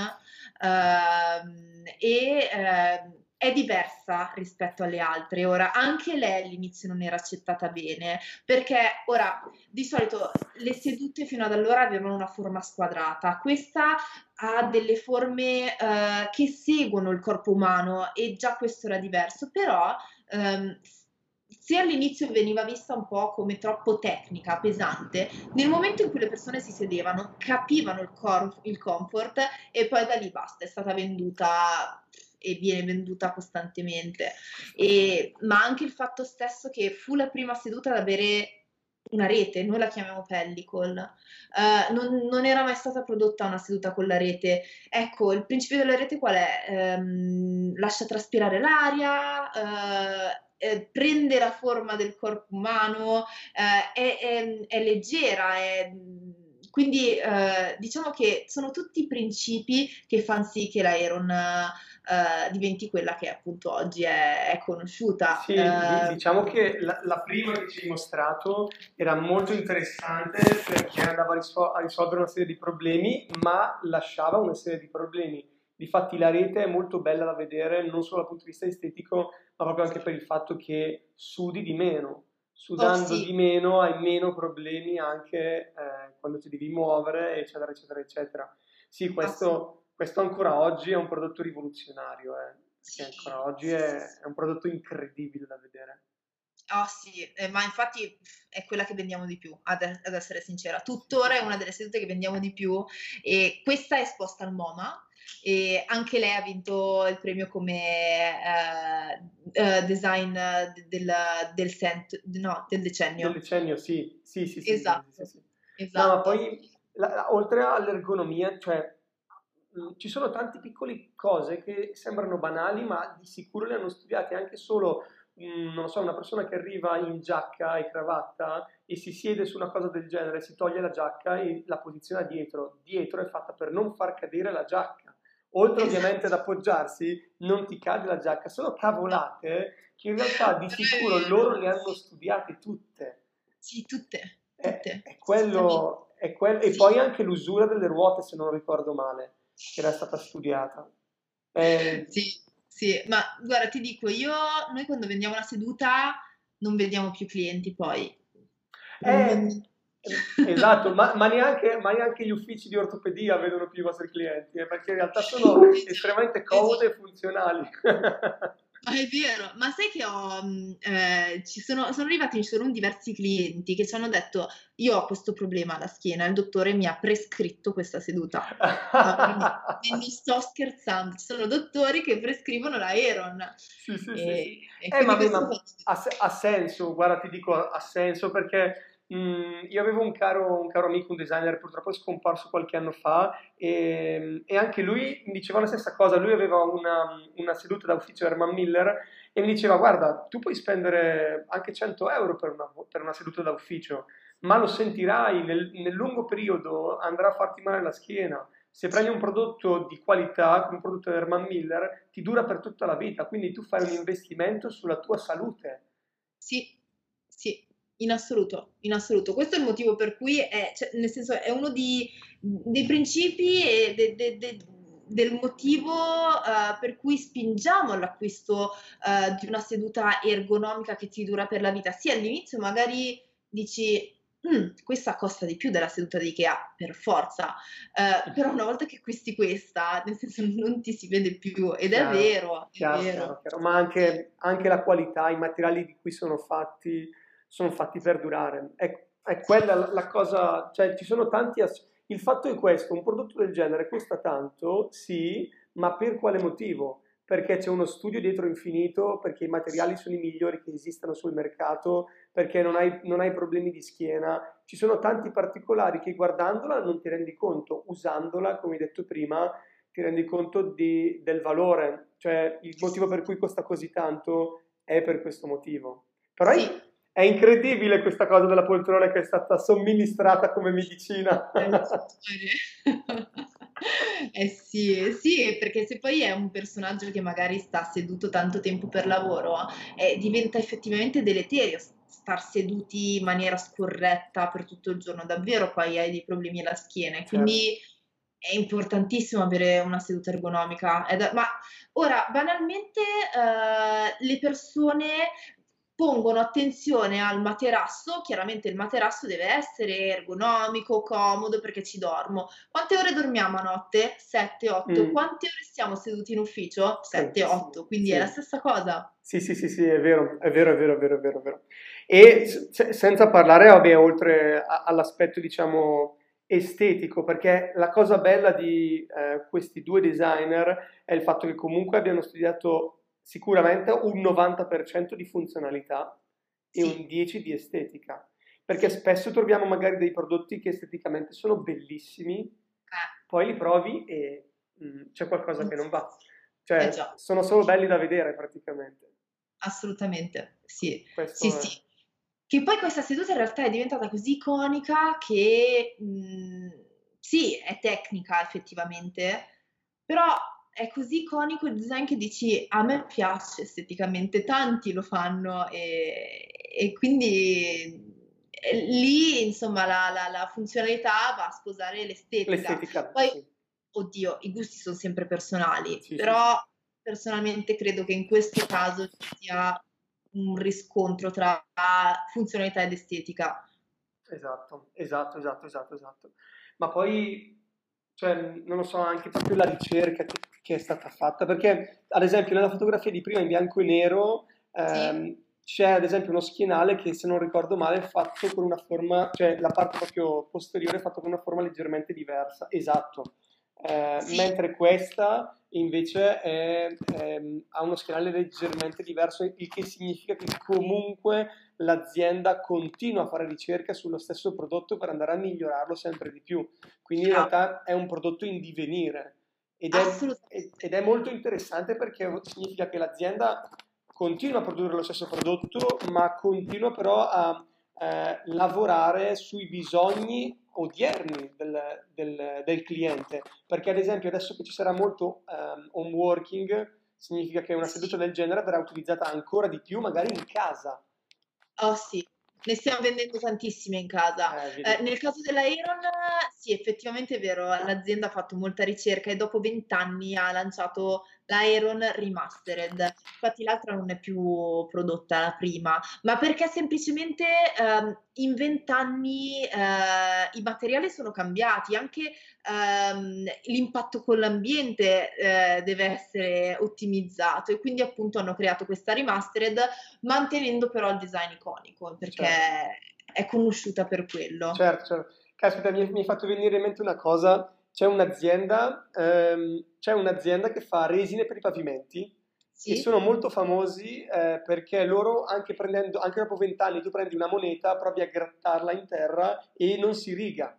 ehm, e ehm, è diversa rispetto alle altre. Ora, anche lei all'inizio non era accettata bene, perché ora di solito le sedute fino ad allora avevano una forma squadrata, questa ha delle forme eh, che seguono il corpo umano e già questo era diverso, però ehm, se all'inizio veniva vista un po' come troppo tecnica, pesante, nel momento in cui le persone si sedevano, capivano il, cor- il comfort e poi da lì basta, è stata venduta e viene venduta costantemente. E, ma anche il fatto stesso che fu la prima seduta ad avere una rete, noi la chiamiamo pellicle, eh, non, non era mai stata prodotta una seduta con la rete. Ecco, il principio della rete qual è? Ehm, lascia traspirare l'aria, eh, eh, prende la forma del corpo umano, eh, è, è- è leggera, è- quindi eh, diciamo che sono tutti principi che fanno sì che l'Aeron eh, diventi quella che appunto oggi è, è conosciuta. Sì, di- Eh, diciamo che la, la prima che ci hai mostrato era molto interessante perché andava a, risol- a risolvere una serie di problemi, ma lasciava una serie di problemi. Difatti la rete è molto bella da vedere non solo dal punto di vista estetico, ma proprio anche per il fatto che sudi di meno. oh Sudando di sì, meno hai meno problemi anche eh, quando ti devi muovere, eccetera, eccetera, eccetera. Sì, assolutamente. questo, questo ancora oggi è un prodotto rivoluzionario, eh. perché Sì, ancora oggi sì, sì, è, sì. è un prodotto incredibile da vedere. Oh sì, eh, ma infatti pff, è quella che vendiamo di più, ad, ad essere sincera. Sì, sì, Tuttora è sì. una delle sedute che vendiamo di più e questa è esposta al MoMA e anche lei ha vinto il premio come eh, eh, design de- del, del, cent- no, del Del decennio. decennio, sì, sì, sì, sì, sì, sì, sì, Esatto, sì. No, ma esatto. poi la- la- oltre all'ergonomia, cioè, mh, ci sono tante piccole cose che sembrano banali, ma di sicuro le hanno studiate anche solo, mh, non lo so, una persona che arriva in giacca e cravatta e si siede su una cosa del genere, si toglie la giacca e la posiziona dietro. Dietro è fatta per non far cadere la giacca. Oltre ovviamente ad Esatto. appoggiarsi, non ti cade la giacca. Sono No, cavolate che in realtà di però è sicuro loro vero. le hanno Sì, studiate tutte. sì, tutte, È, tutte, è assolutamente. quello, è quel- e Sì. poi anche l'usura delle ruote, se non ricordo male, che era stata studiata. Eh, Sì, sì, ma guarda, ti dico, io, noi quando vendiamo la seduta non vediamo più clienti poi. Non eh, vendiamo. esatto, ma, ma neanche, ma neanche gli uffici di ortopedia vedono più i vostri clienti, eh, perché in realtà sono Esatto, estremamente comodi e esatto. funzionali. Ma è vero, ma sai che ho, mh, eh, ci sono, sono arrivati, ci sono diversi clienti che ci hanno detto, io ho questo problema alla schiena, il dottore mi ha prescritto questa seduta. Ma quindi, quindi sto scherzando, ci sono dottori che prescrivono la Aeron. Sì, sì, sì, E, sì. e Eh, ma, quindi beh, questo fa. ma ha, se- ha senso, guarda, ti dico, ha senso perché mh, io avevo un caro, un caro amico, un designer, purtroppo è scomparso qualche anno fa e, e anche lui mi diceva la stessa cosa, lui aveva una, una seduta da ufficio Herman Miller e mi diceva, guarda, tu puoi spendere anche cento euro per una, per una seduta da ufficio, ma lo sentirai nel, nel lungo periodo, andrà a farti male la schiena. Se prendi Sì, un prodotto di qualità, come un prodotto Herman Miller, ti dura per tutta la vita, quindi tu fai un investimento sulla tua salute. sì, sì, in assoluto, in assoluto. Questo è il motivo per cui è, cioè, nel senso, è uno di- dei principi e de- de- de- del motivo eh, per cui spingiamo all'acquisto eh, di una seduta ergonomica che ti dura per la vita. Sì, all'inizio magari dici, "Mm, questa costa di più della seduta di Ikea, per forza. Eh, però una volta che acquisti questa, nel senso non ti si vede più, ed è Chiaro, vero, è chiaro, chiaro, vero. chiaro. Ma Sì. anche, anche la qualità, i materiali di cui sono fatti, sono fatti per durare. È, è Sì. quella la, la cosa, cioè ci sono tanti... as- Il fatto è questo, un prodotto del genere costa tanto, sì, ma per quale motivo? Perché c'è uno studio dietro infinito, perché i materiali sono i migliori che esistano sul mercato, perché non hai, non hai problemi di schiena. Ci sono tanti particolari che guardandola non ti rendi conto, usandola, come hai detto prima, ti rendi conto di- del valore, cioè il motivo per cui costa così tanto è per questo motivo. Però Sì, è, è incredibile questa cosa della poltrona che è stata somministrata come medicina. è il dottore. Eh sì, sì, perché se poi è un personaggio che magari sta seduto tanto tempo per lavoro, eh, diventa effettivamente deleterio s- star seduti in maniera scorretta per tutto il giorno, davvero poi hai dei problemi alla schiena, e Certo. quindi è importantissimo avere una seduta ergonomica. È da- Ma ora, banalmente, eh, le persone pongono attenzione al materasso, chiaramente il materasso deve essere ergonomico, comodo perché ci dormo. Quante ore dormiamo a notte? sette otto. Mm, Quante ore stiamo seduti in ufficio? sette tantissimi, otto, quindi è la sì. stessa cosa. Sì, sì, sì, sì, è vero, è vero, è vero, è vero, è vero, è vero. E se- senza parlare, vabbè, oltre a- all'aspetto, diciamo, estetico, perché la cosa bella di eh, questi due designer è il fatto che comunque abbiano studiato sicuramente un novanta per cento di funzionalità e un Sì, dieci per cento di estetica, perché sì. spesso troviamo magari dei prodotti che esteticamente sono bellissimi, Eh, poi li provi e mm, c'è qualcosa non che non si va. Eh Cioè, già. sono solo belli da vedere praticamente. Assolutamente, sì, sì, Questo sì. è... Che poi questa seduta in realtà è diventata così iconica che mh, sì, è tecnica effettivamente, però è così iconico il design che dici a me piace esteticamente, tanti lo fanno e, e quindi eh, lì insomma la, la- la funzionalità va a sposare l'estetica. L'estetica, Poi, sì. oddio, i gusti sono sempre personali, Sì, sì, sì. però personalmente credo che in questo caso ci sia un riscontro tra funzionalità ed estetica. Esatto, esatto, esatto, esatto, esatto. Ma poi, cioè, non lo so, anche proprio la ricerca. che è stata fatta, perché ad esempio nella fotografia di prima in bianco e nero Sì, ehm, c'è ad esempio uno schienale che se non ricordo male è fatto con una forma, cioè la parte proprio posteriore è fatta con una forma leggermente diversa, esatto. Eh, sì, mentre questa invece è- ehm, ha uno schienale leggermente diverso, il che significa che comunque l'azienda continua a fare ricerca sullo stesso prodotto per andare a migliorarlo sempre di più. Quindi in chiaro, realtà è un prodotto in divenire ed è, assolutamente. ed è molto interessante perché significa che l'azienda continua a produrre lo stesso prodotto, ma continua però a eh, lavorare sui bisogni odierni del, del- del cliente. Perché ad esempio adesso che ci sarà molto ehm, home working, significa che una seduta Sì. del genere verrà utilizzata ancora di più, magari in casa. Oh sì, ne stiamo vendendo tantissime in casa. Eh, Eh, vedi. nel caso dell'Aeron, sì, effettivamente è vero, l'azienda ha fatto molta ricerca e dopo venti anni ha lanciato l'Aeron Remastered. Infatti l'altra non è più prodotta la prima, ma perché semplicemente ehm, in venti anni eh, i materiali sono cambiati, anche ehm, l'impatto con l'ambiente eh, deve essere ottimizzato e quindi appunto hanno creato questa remastered mantenendo però il design iconico, perché Certo. è conosciuta per quello. Certo, certo. Caspita, mi, mi hai fatto venire in mente una cosa. C'è un'azienda, ehm, c'è un'azienda che fa resine per i pavimenti e Sì? sono molto famosi eh, perché loro, anche prendendo, anche dopo vent'anni, tu prendi una moneta, provi a grattarla in terra e non si riga.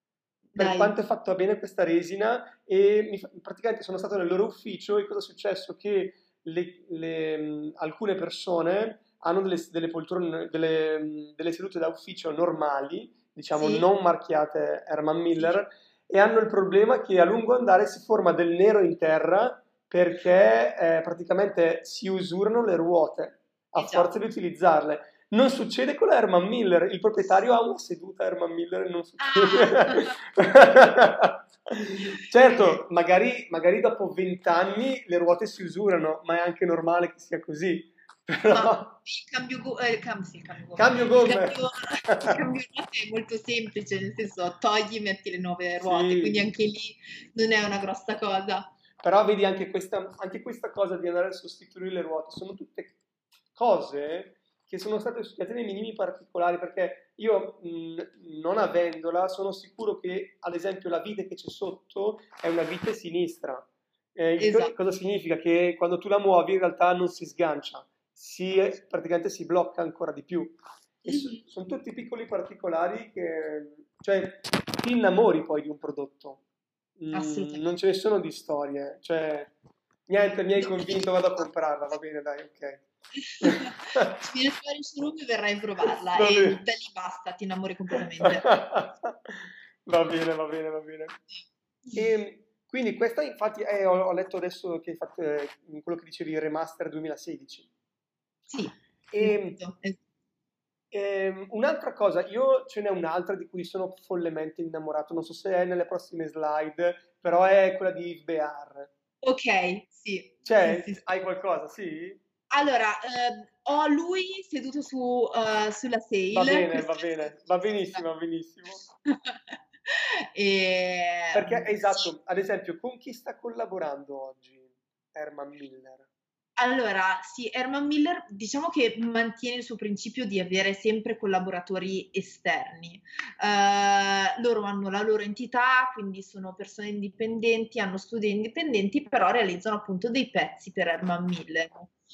Per Dai, quanto è fatta bene questa resina e mi fa- praticamente sono stato nel loro ufficio e cosa è successo? Che le- le, mh, alcune persone hanno delle, delle poltrone, delle, mh, delle sedute da ufficio normali, diciamo sì? non marchiate Herman Sì? Miller, e hanno il problema che a lungo andare si forma del nero in terra perché eh, praticamente si usurano le ruote a Eh già. forza di utilizzarle. Non succede con la Herman Miller, il proprietario ha una seduta Herman Miller e non Ah! succede. Certo, magari, magari dopo vent'anni le ruote si usurano, ma è anche normale che sia così. Ma Però il cambio, go- eh, il cam- sì, il cambio gomme, cambio il gomme. cambio, il cambio ruote è molto semplice, nel senso togli e metti le nuove ruote, quindi Sì, anche lì non è una grossa cosa. però vedi anche questa, anche questa cosa di andare a sostituire le ruote, sono tutte cose che sono state studiate nei minimi particolari, perché io mh, non avendola sono sicuro che ad esempio la vite che c'è sotto è una vite sinistra. Eh, il co- Esatto. cosa significa? Che quando tu la muovi in realtà non si sgancia, si, praticamente si blocca ancora di più. E so- Mhm. sono tutti piccoli particolari che, cioè, ti innamori poi di un prodotto. Mm, non Assolutamente. ce ne sono di storie, cioè, niente, mi hai Non me ne convinto, vado a dico. comprarla, va bene, dai, ok. Vieni a trovare il showroom e verrai a provarla Va e bene. da lì basta, ti innamori completamente. Va bene, va bene, va bene. E quindi questa infatti è, ho, ho letto adesso che hai fatto eh, quello che dicevi, il remaster duemilasedici. Sì, E, esatto. es- ehm, un'altra cosa, io ce n'è un'altra di cui sono follemente innamorato, non so se è nelle prossime slide, però è quella di Yves Bear. Ok, sì, sì, C'è? sì, sì. Hai qualcosa? Sì? Allora, ehm, ho lui seduto su, eh, sulla Va Sail, bene, questa va è la bene, va sua benissimo, va benissimo. E, Perché, sì, esatto, ad esempio, con chi sta collaborando oggi Herman Miller? allora, sì, Herman Miller diciamo che mantiene il suo principio di avere sempre collaboratori esterni. Eh, loro hanno la loro entità, quindi sono persone indipendenti, hanno studi indipendenti, però realizzano appunto dei pezzi per Herman Miller.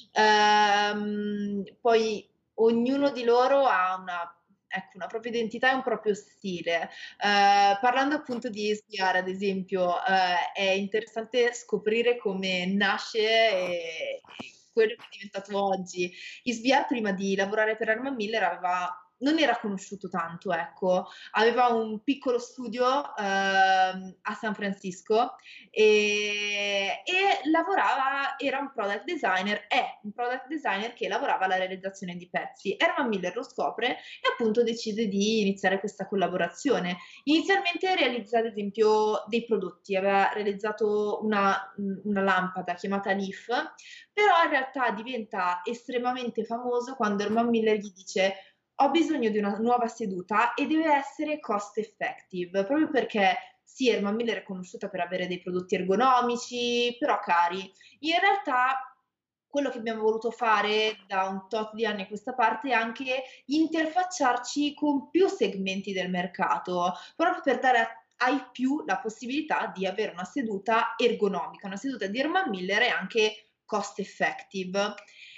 Ehm, poi ognuno di loro ha una, ecco, una propria identità e un proprio stile. Eh, parlando appunto di S D R, ad esempio, eh, è interessante scoprire come nasce e, e quello che è diventato oggi. S D R prima di lavorare per Herman Miller aveva, non era conosciuto tanto, ecco, aveva un piccolo studio ehm, a San Francisco e, e lavorava, era un product designer, è un product designer che lavorava alla realizzazione di pezzi. Herman Miller lo scopre e appunto decide di iniziare questa collaborazione. Inizialmente realizza ad esempio dei prodotti, aveva realizzato una, una lampada chiamata Leaf, però in realtà diventa estremamente famoso quando Herman Miller gli dice ho bisogno di una nuova seduta e deve essere cost effective, proprio perché sì, Herman Miller è conosciuta per avere dei prodotti ergonomici, però cari. In realtà quello che abbiamo voluto fare da un tot di anni a questa parte è anche interfacciarci con più segmenti del mercato, proprio per dare a ai più la possibilità di avere una seduta ergonomica. Una seduta di Herman Miller è anche cost effective.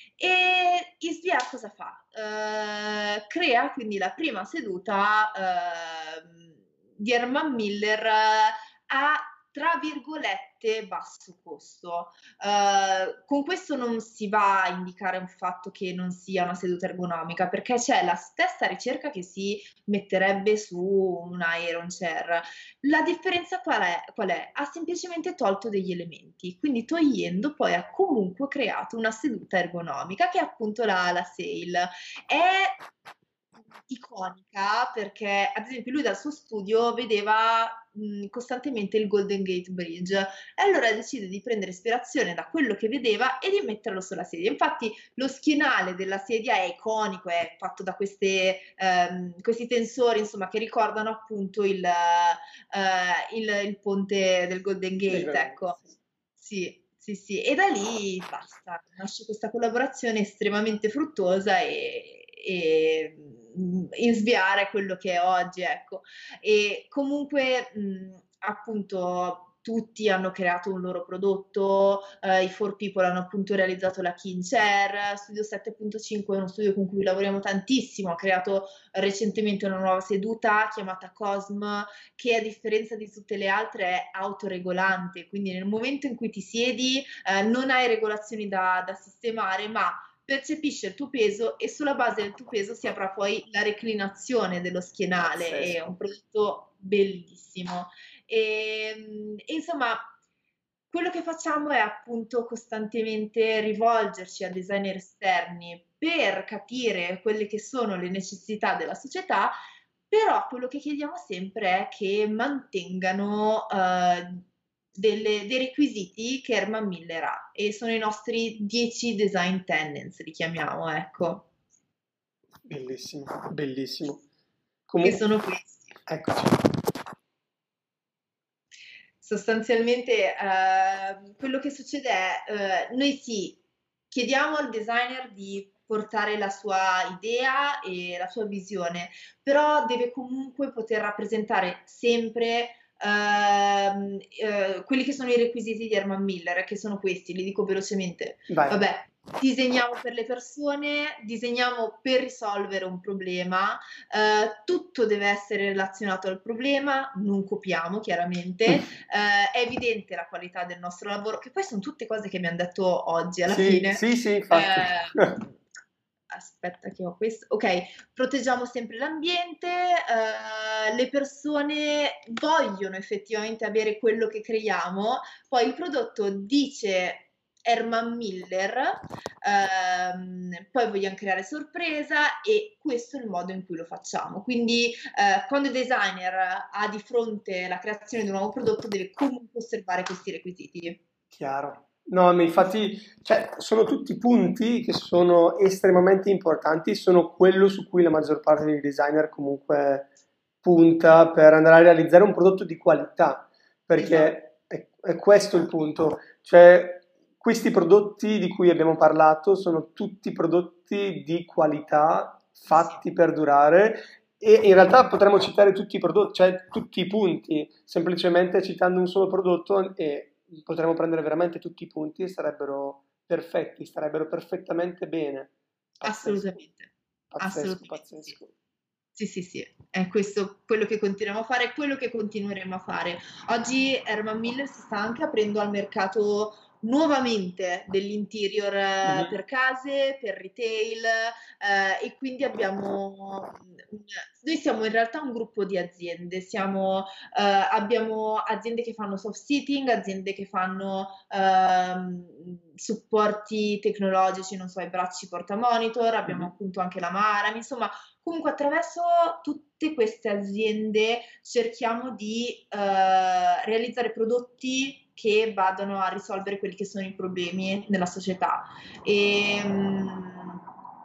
E Isvia cosa fa? Ehm, crea quindi la prima seduta, ehm, di Herman Miller a, tra virgolette, "basso costo". Ehm, con questo non si va a indicare un fatto che non sia una seduta ergonomica, perché c'è la stessa ricerca che si metterebbe su una Aeron Chair. La differenza qual è? Qual è? Ha semplicemente tolto degli elementi, quindi togliendo poi ha comunque creato una seduta ergonomica che è appunto la la Sail. È iconica perché, ad esempio, lui dal suo studio vedeva mh, costantemente il Golden Gate Bridge e allora decide di prendere ispirazione da quello che vedeva e di metterlo sulla sedia. Infatti lo schienale della sedia è iconico, è fatto da queste, ehm, questi tensori, insomma, che ricordano appunto il, eh, il, il ponte del Golden Gate, ecco. Sì, sì, sì. E da lì basta, nasce questa collaborazione estremamente fruttuosa e, e mh, in sviare quello che è oggi, ecco. E comunque, mh, appunto, tutti hanno creato un loro prodotto, eh, i quattro People hanno appunto realizzato la King Chair, Studio sette punto cinque è uno studio con cui lavoriamo tantissimo, ha creato recentemente una nuova seduta chiamata Cosm, che a differenza di tutte le altre è autoregolante, quindi nel momento in cui ti siedi eh, non hai regolazioni da, da sistemare, ma percepisce il tuo peso e sulla base del tuo peso si avrà poi la reclinazione dello schienale, è un Pazzesco. prodotto bellissimo. E, e insomma, quello che facciamo è appunto costantemente rivolgerci a designer esterni per capire quelle che sono le necessità della società, però quello che chiediamo sempre è che mantengano eh, delle- dei requisiti che Herman Miller ha e sono i nostri dieci design tenets, li chiamiamo, ecco, Bellissimo, bellissimo. che Comunque, sono questi. eccoci. Sostanzialmente, ehm, quello che succede è, eh, noi sì, chiediamo al designer di portare la sua idea e la sua visione, però deve comunque poter rappresentare sempre ehm, eh, quelli che sono i requisiti di Herman Miller, che sono questi, li dico velocemente. Vai. Vabbè, disegniamo per le persone, disegniamo per risolvere un problema, eh, tutto deve essere relazionato al problema, non copiamo chiaramente, eh, è evidente la qualità del nostro lavoro, che poi sono tutte cose che mi hanno detto oggi alla Sì, fine. sì, sì, infatti. Eh, aspetta che ho questo. Ok, proteggiamo sempre l'ambiente, eh, le persone vogliono effettivamente avere quello che creiamo, poi il prodotto dice Herman Miller, ehm, poi vogliamo creare sorpresa e questo è il modo in cui lo facciamo. Quindi eh, quando il designer ha di fronte la creazione di un nuovo prodotto deve comunque osservare questi requisiti. Chiaro. No, ma infatti, cioè, sono tutti punti che sono estremamente importanti, sono quello su cui la maggior parte dei designer comunque punta per andare a realizzare un prodotto di qualità, Esatto. perché è, è questo il punto. Cioè, questi prodotti di cui abbiamo parlato sono tutti prodotti di qualità, Sì. fatti per durare, e in realtà potremmo citare tutti i prodotti, cioè tutti i punti, semplicemente citando un solo prodotto e potremmo prendere veramente tutti i punti e sarebbero perfetti, starebbero perfettamente bene. Pazzesco, Assolutamente, pazzesco, assolutamente sì. pazzesco. Sì, sì, sì, è questo quello che continuiamo a fare, quello che continueremo a fare. Oggi Herman Miller si sta anche aprendo al mercato nuovamente dell'interior eh, Mhm. per case, per retail, eh, e quindi abbiamo, mm, un- noi siamo in realtà un gruppo di aziende, siamo, eh, abbiamo aziende che fanno soft sitting, aziende che fanno ehm, supporti tecnologici, non so, i bracci portamonitor, abbiamo Mhm. appunto anche la Marami, insomma. Comunque attraverso tutte queste aziende cerchiamo di eh, realizzare prodotti che vadano a risolvere quelli che sono i problemi nella società. E, mm,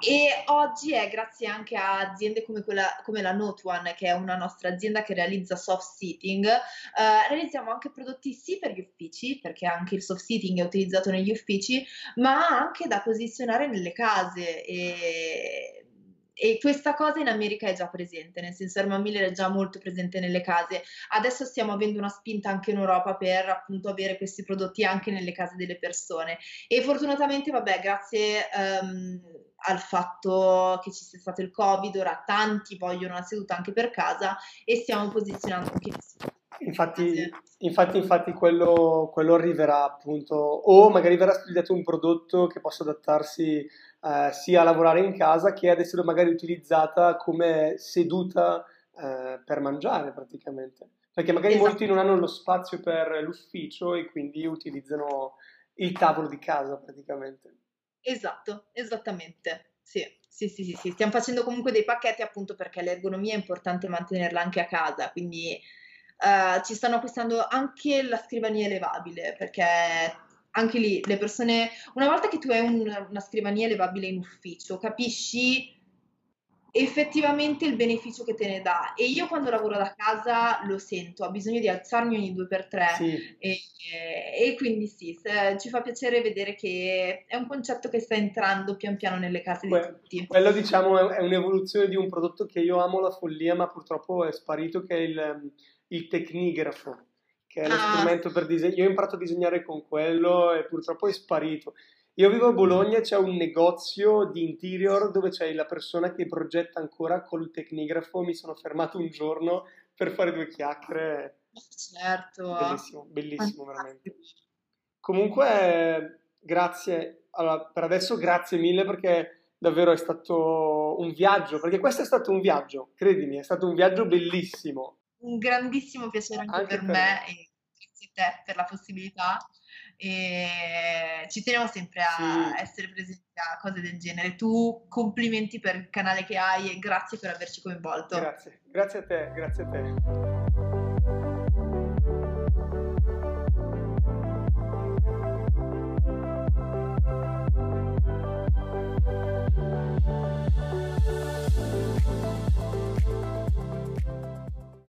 E oggi è grazie anche a aziende come quella come la Note One, che è una nostra azienda che realizza soft seating, ehm, realizziamo anche prodotti sì per gli uffici, perché anche il soft seating è utilizzato negli uffici, ma anche da posizionare nelle case. Ehm, e questa cosa in America è già presente, nel senso Herman Miller è già molto presente nelle case. Adesso stiamo avendo una spinta anche in Europa per, appunto, avere questi prodotti anche nelle case delle persone. E fortunatamente, vabbè, grazie, ehm, al fatto che ci sia stato il Covid, ora tanti vogliono la seduta anche per casa e stiamo posizionando anche questi Infatti, case. infatti, infatti quello, quello arriverà appunto, o magari verrà studiato un prodotto che possa adattarsi eh, sia a lavorare in casa che ad essere magari utilizzata come seduta eh, per mangiare praticamente. Perché magari molti non Esatto, hanno lo spazio per l'ufficio e quindi utilizzano il tavolo di casa praticamente. esatto, esattamente. Sì, sì, sì, sì, sì. Stiamo facendo comunque dei pacchetti appunto perché l'ergonomia è importante mantenerla anche a casa, quindi eh, ci stanno acquistando anche la scrivania elevabile, perché anche lì le persone, una volta che tu hai un- una scrivania elevabile in ufficio, capisci effettivamente il beneficio che te ne dà. E io quando lavoro da casa lo sento, ho bisogno di alzarmi ogni due per tre Sì, e, e quindi sì, se- ci fa piacere vedere che è un concetto che sta entrando pian piano nelle case di Que- tutti. quello diciamo è è un'evoluzione di un prodotto che io amo la follia, ma purtroppo è sparito, che è il, ehm, il tecnigrafo, che è lo Ah, strumento per disegnare. Io ho imparato a disegnare con quello e purtroppo è sparito. Io vivo a Bologna, c'è un negozio di interior dove c'è la persona che progetta ancora col tecnigrafo. Mi sono fermato un giorno per fare due chiacchiere. certo, Bellissimo, bellissimo veramente. fantastico. Comunque, grazie. Allora, per adesso grazie mille perché davvero è stato un viaggio, perché questo è stato un viaggio, credimi, è stato un viaggio bellissimo, Un grandissimo piacere anche anche per per me. me e grazie a te per la possibilità. E ci teniamo sempre a Sì, essere presenti a cose del genere. Tu complimenti per il canale che hai e grazie per averci coinvolto. grazie, grazie a te, grazie a te.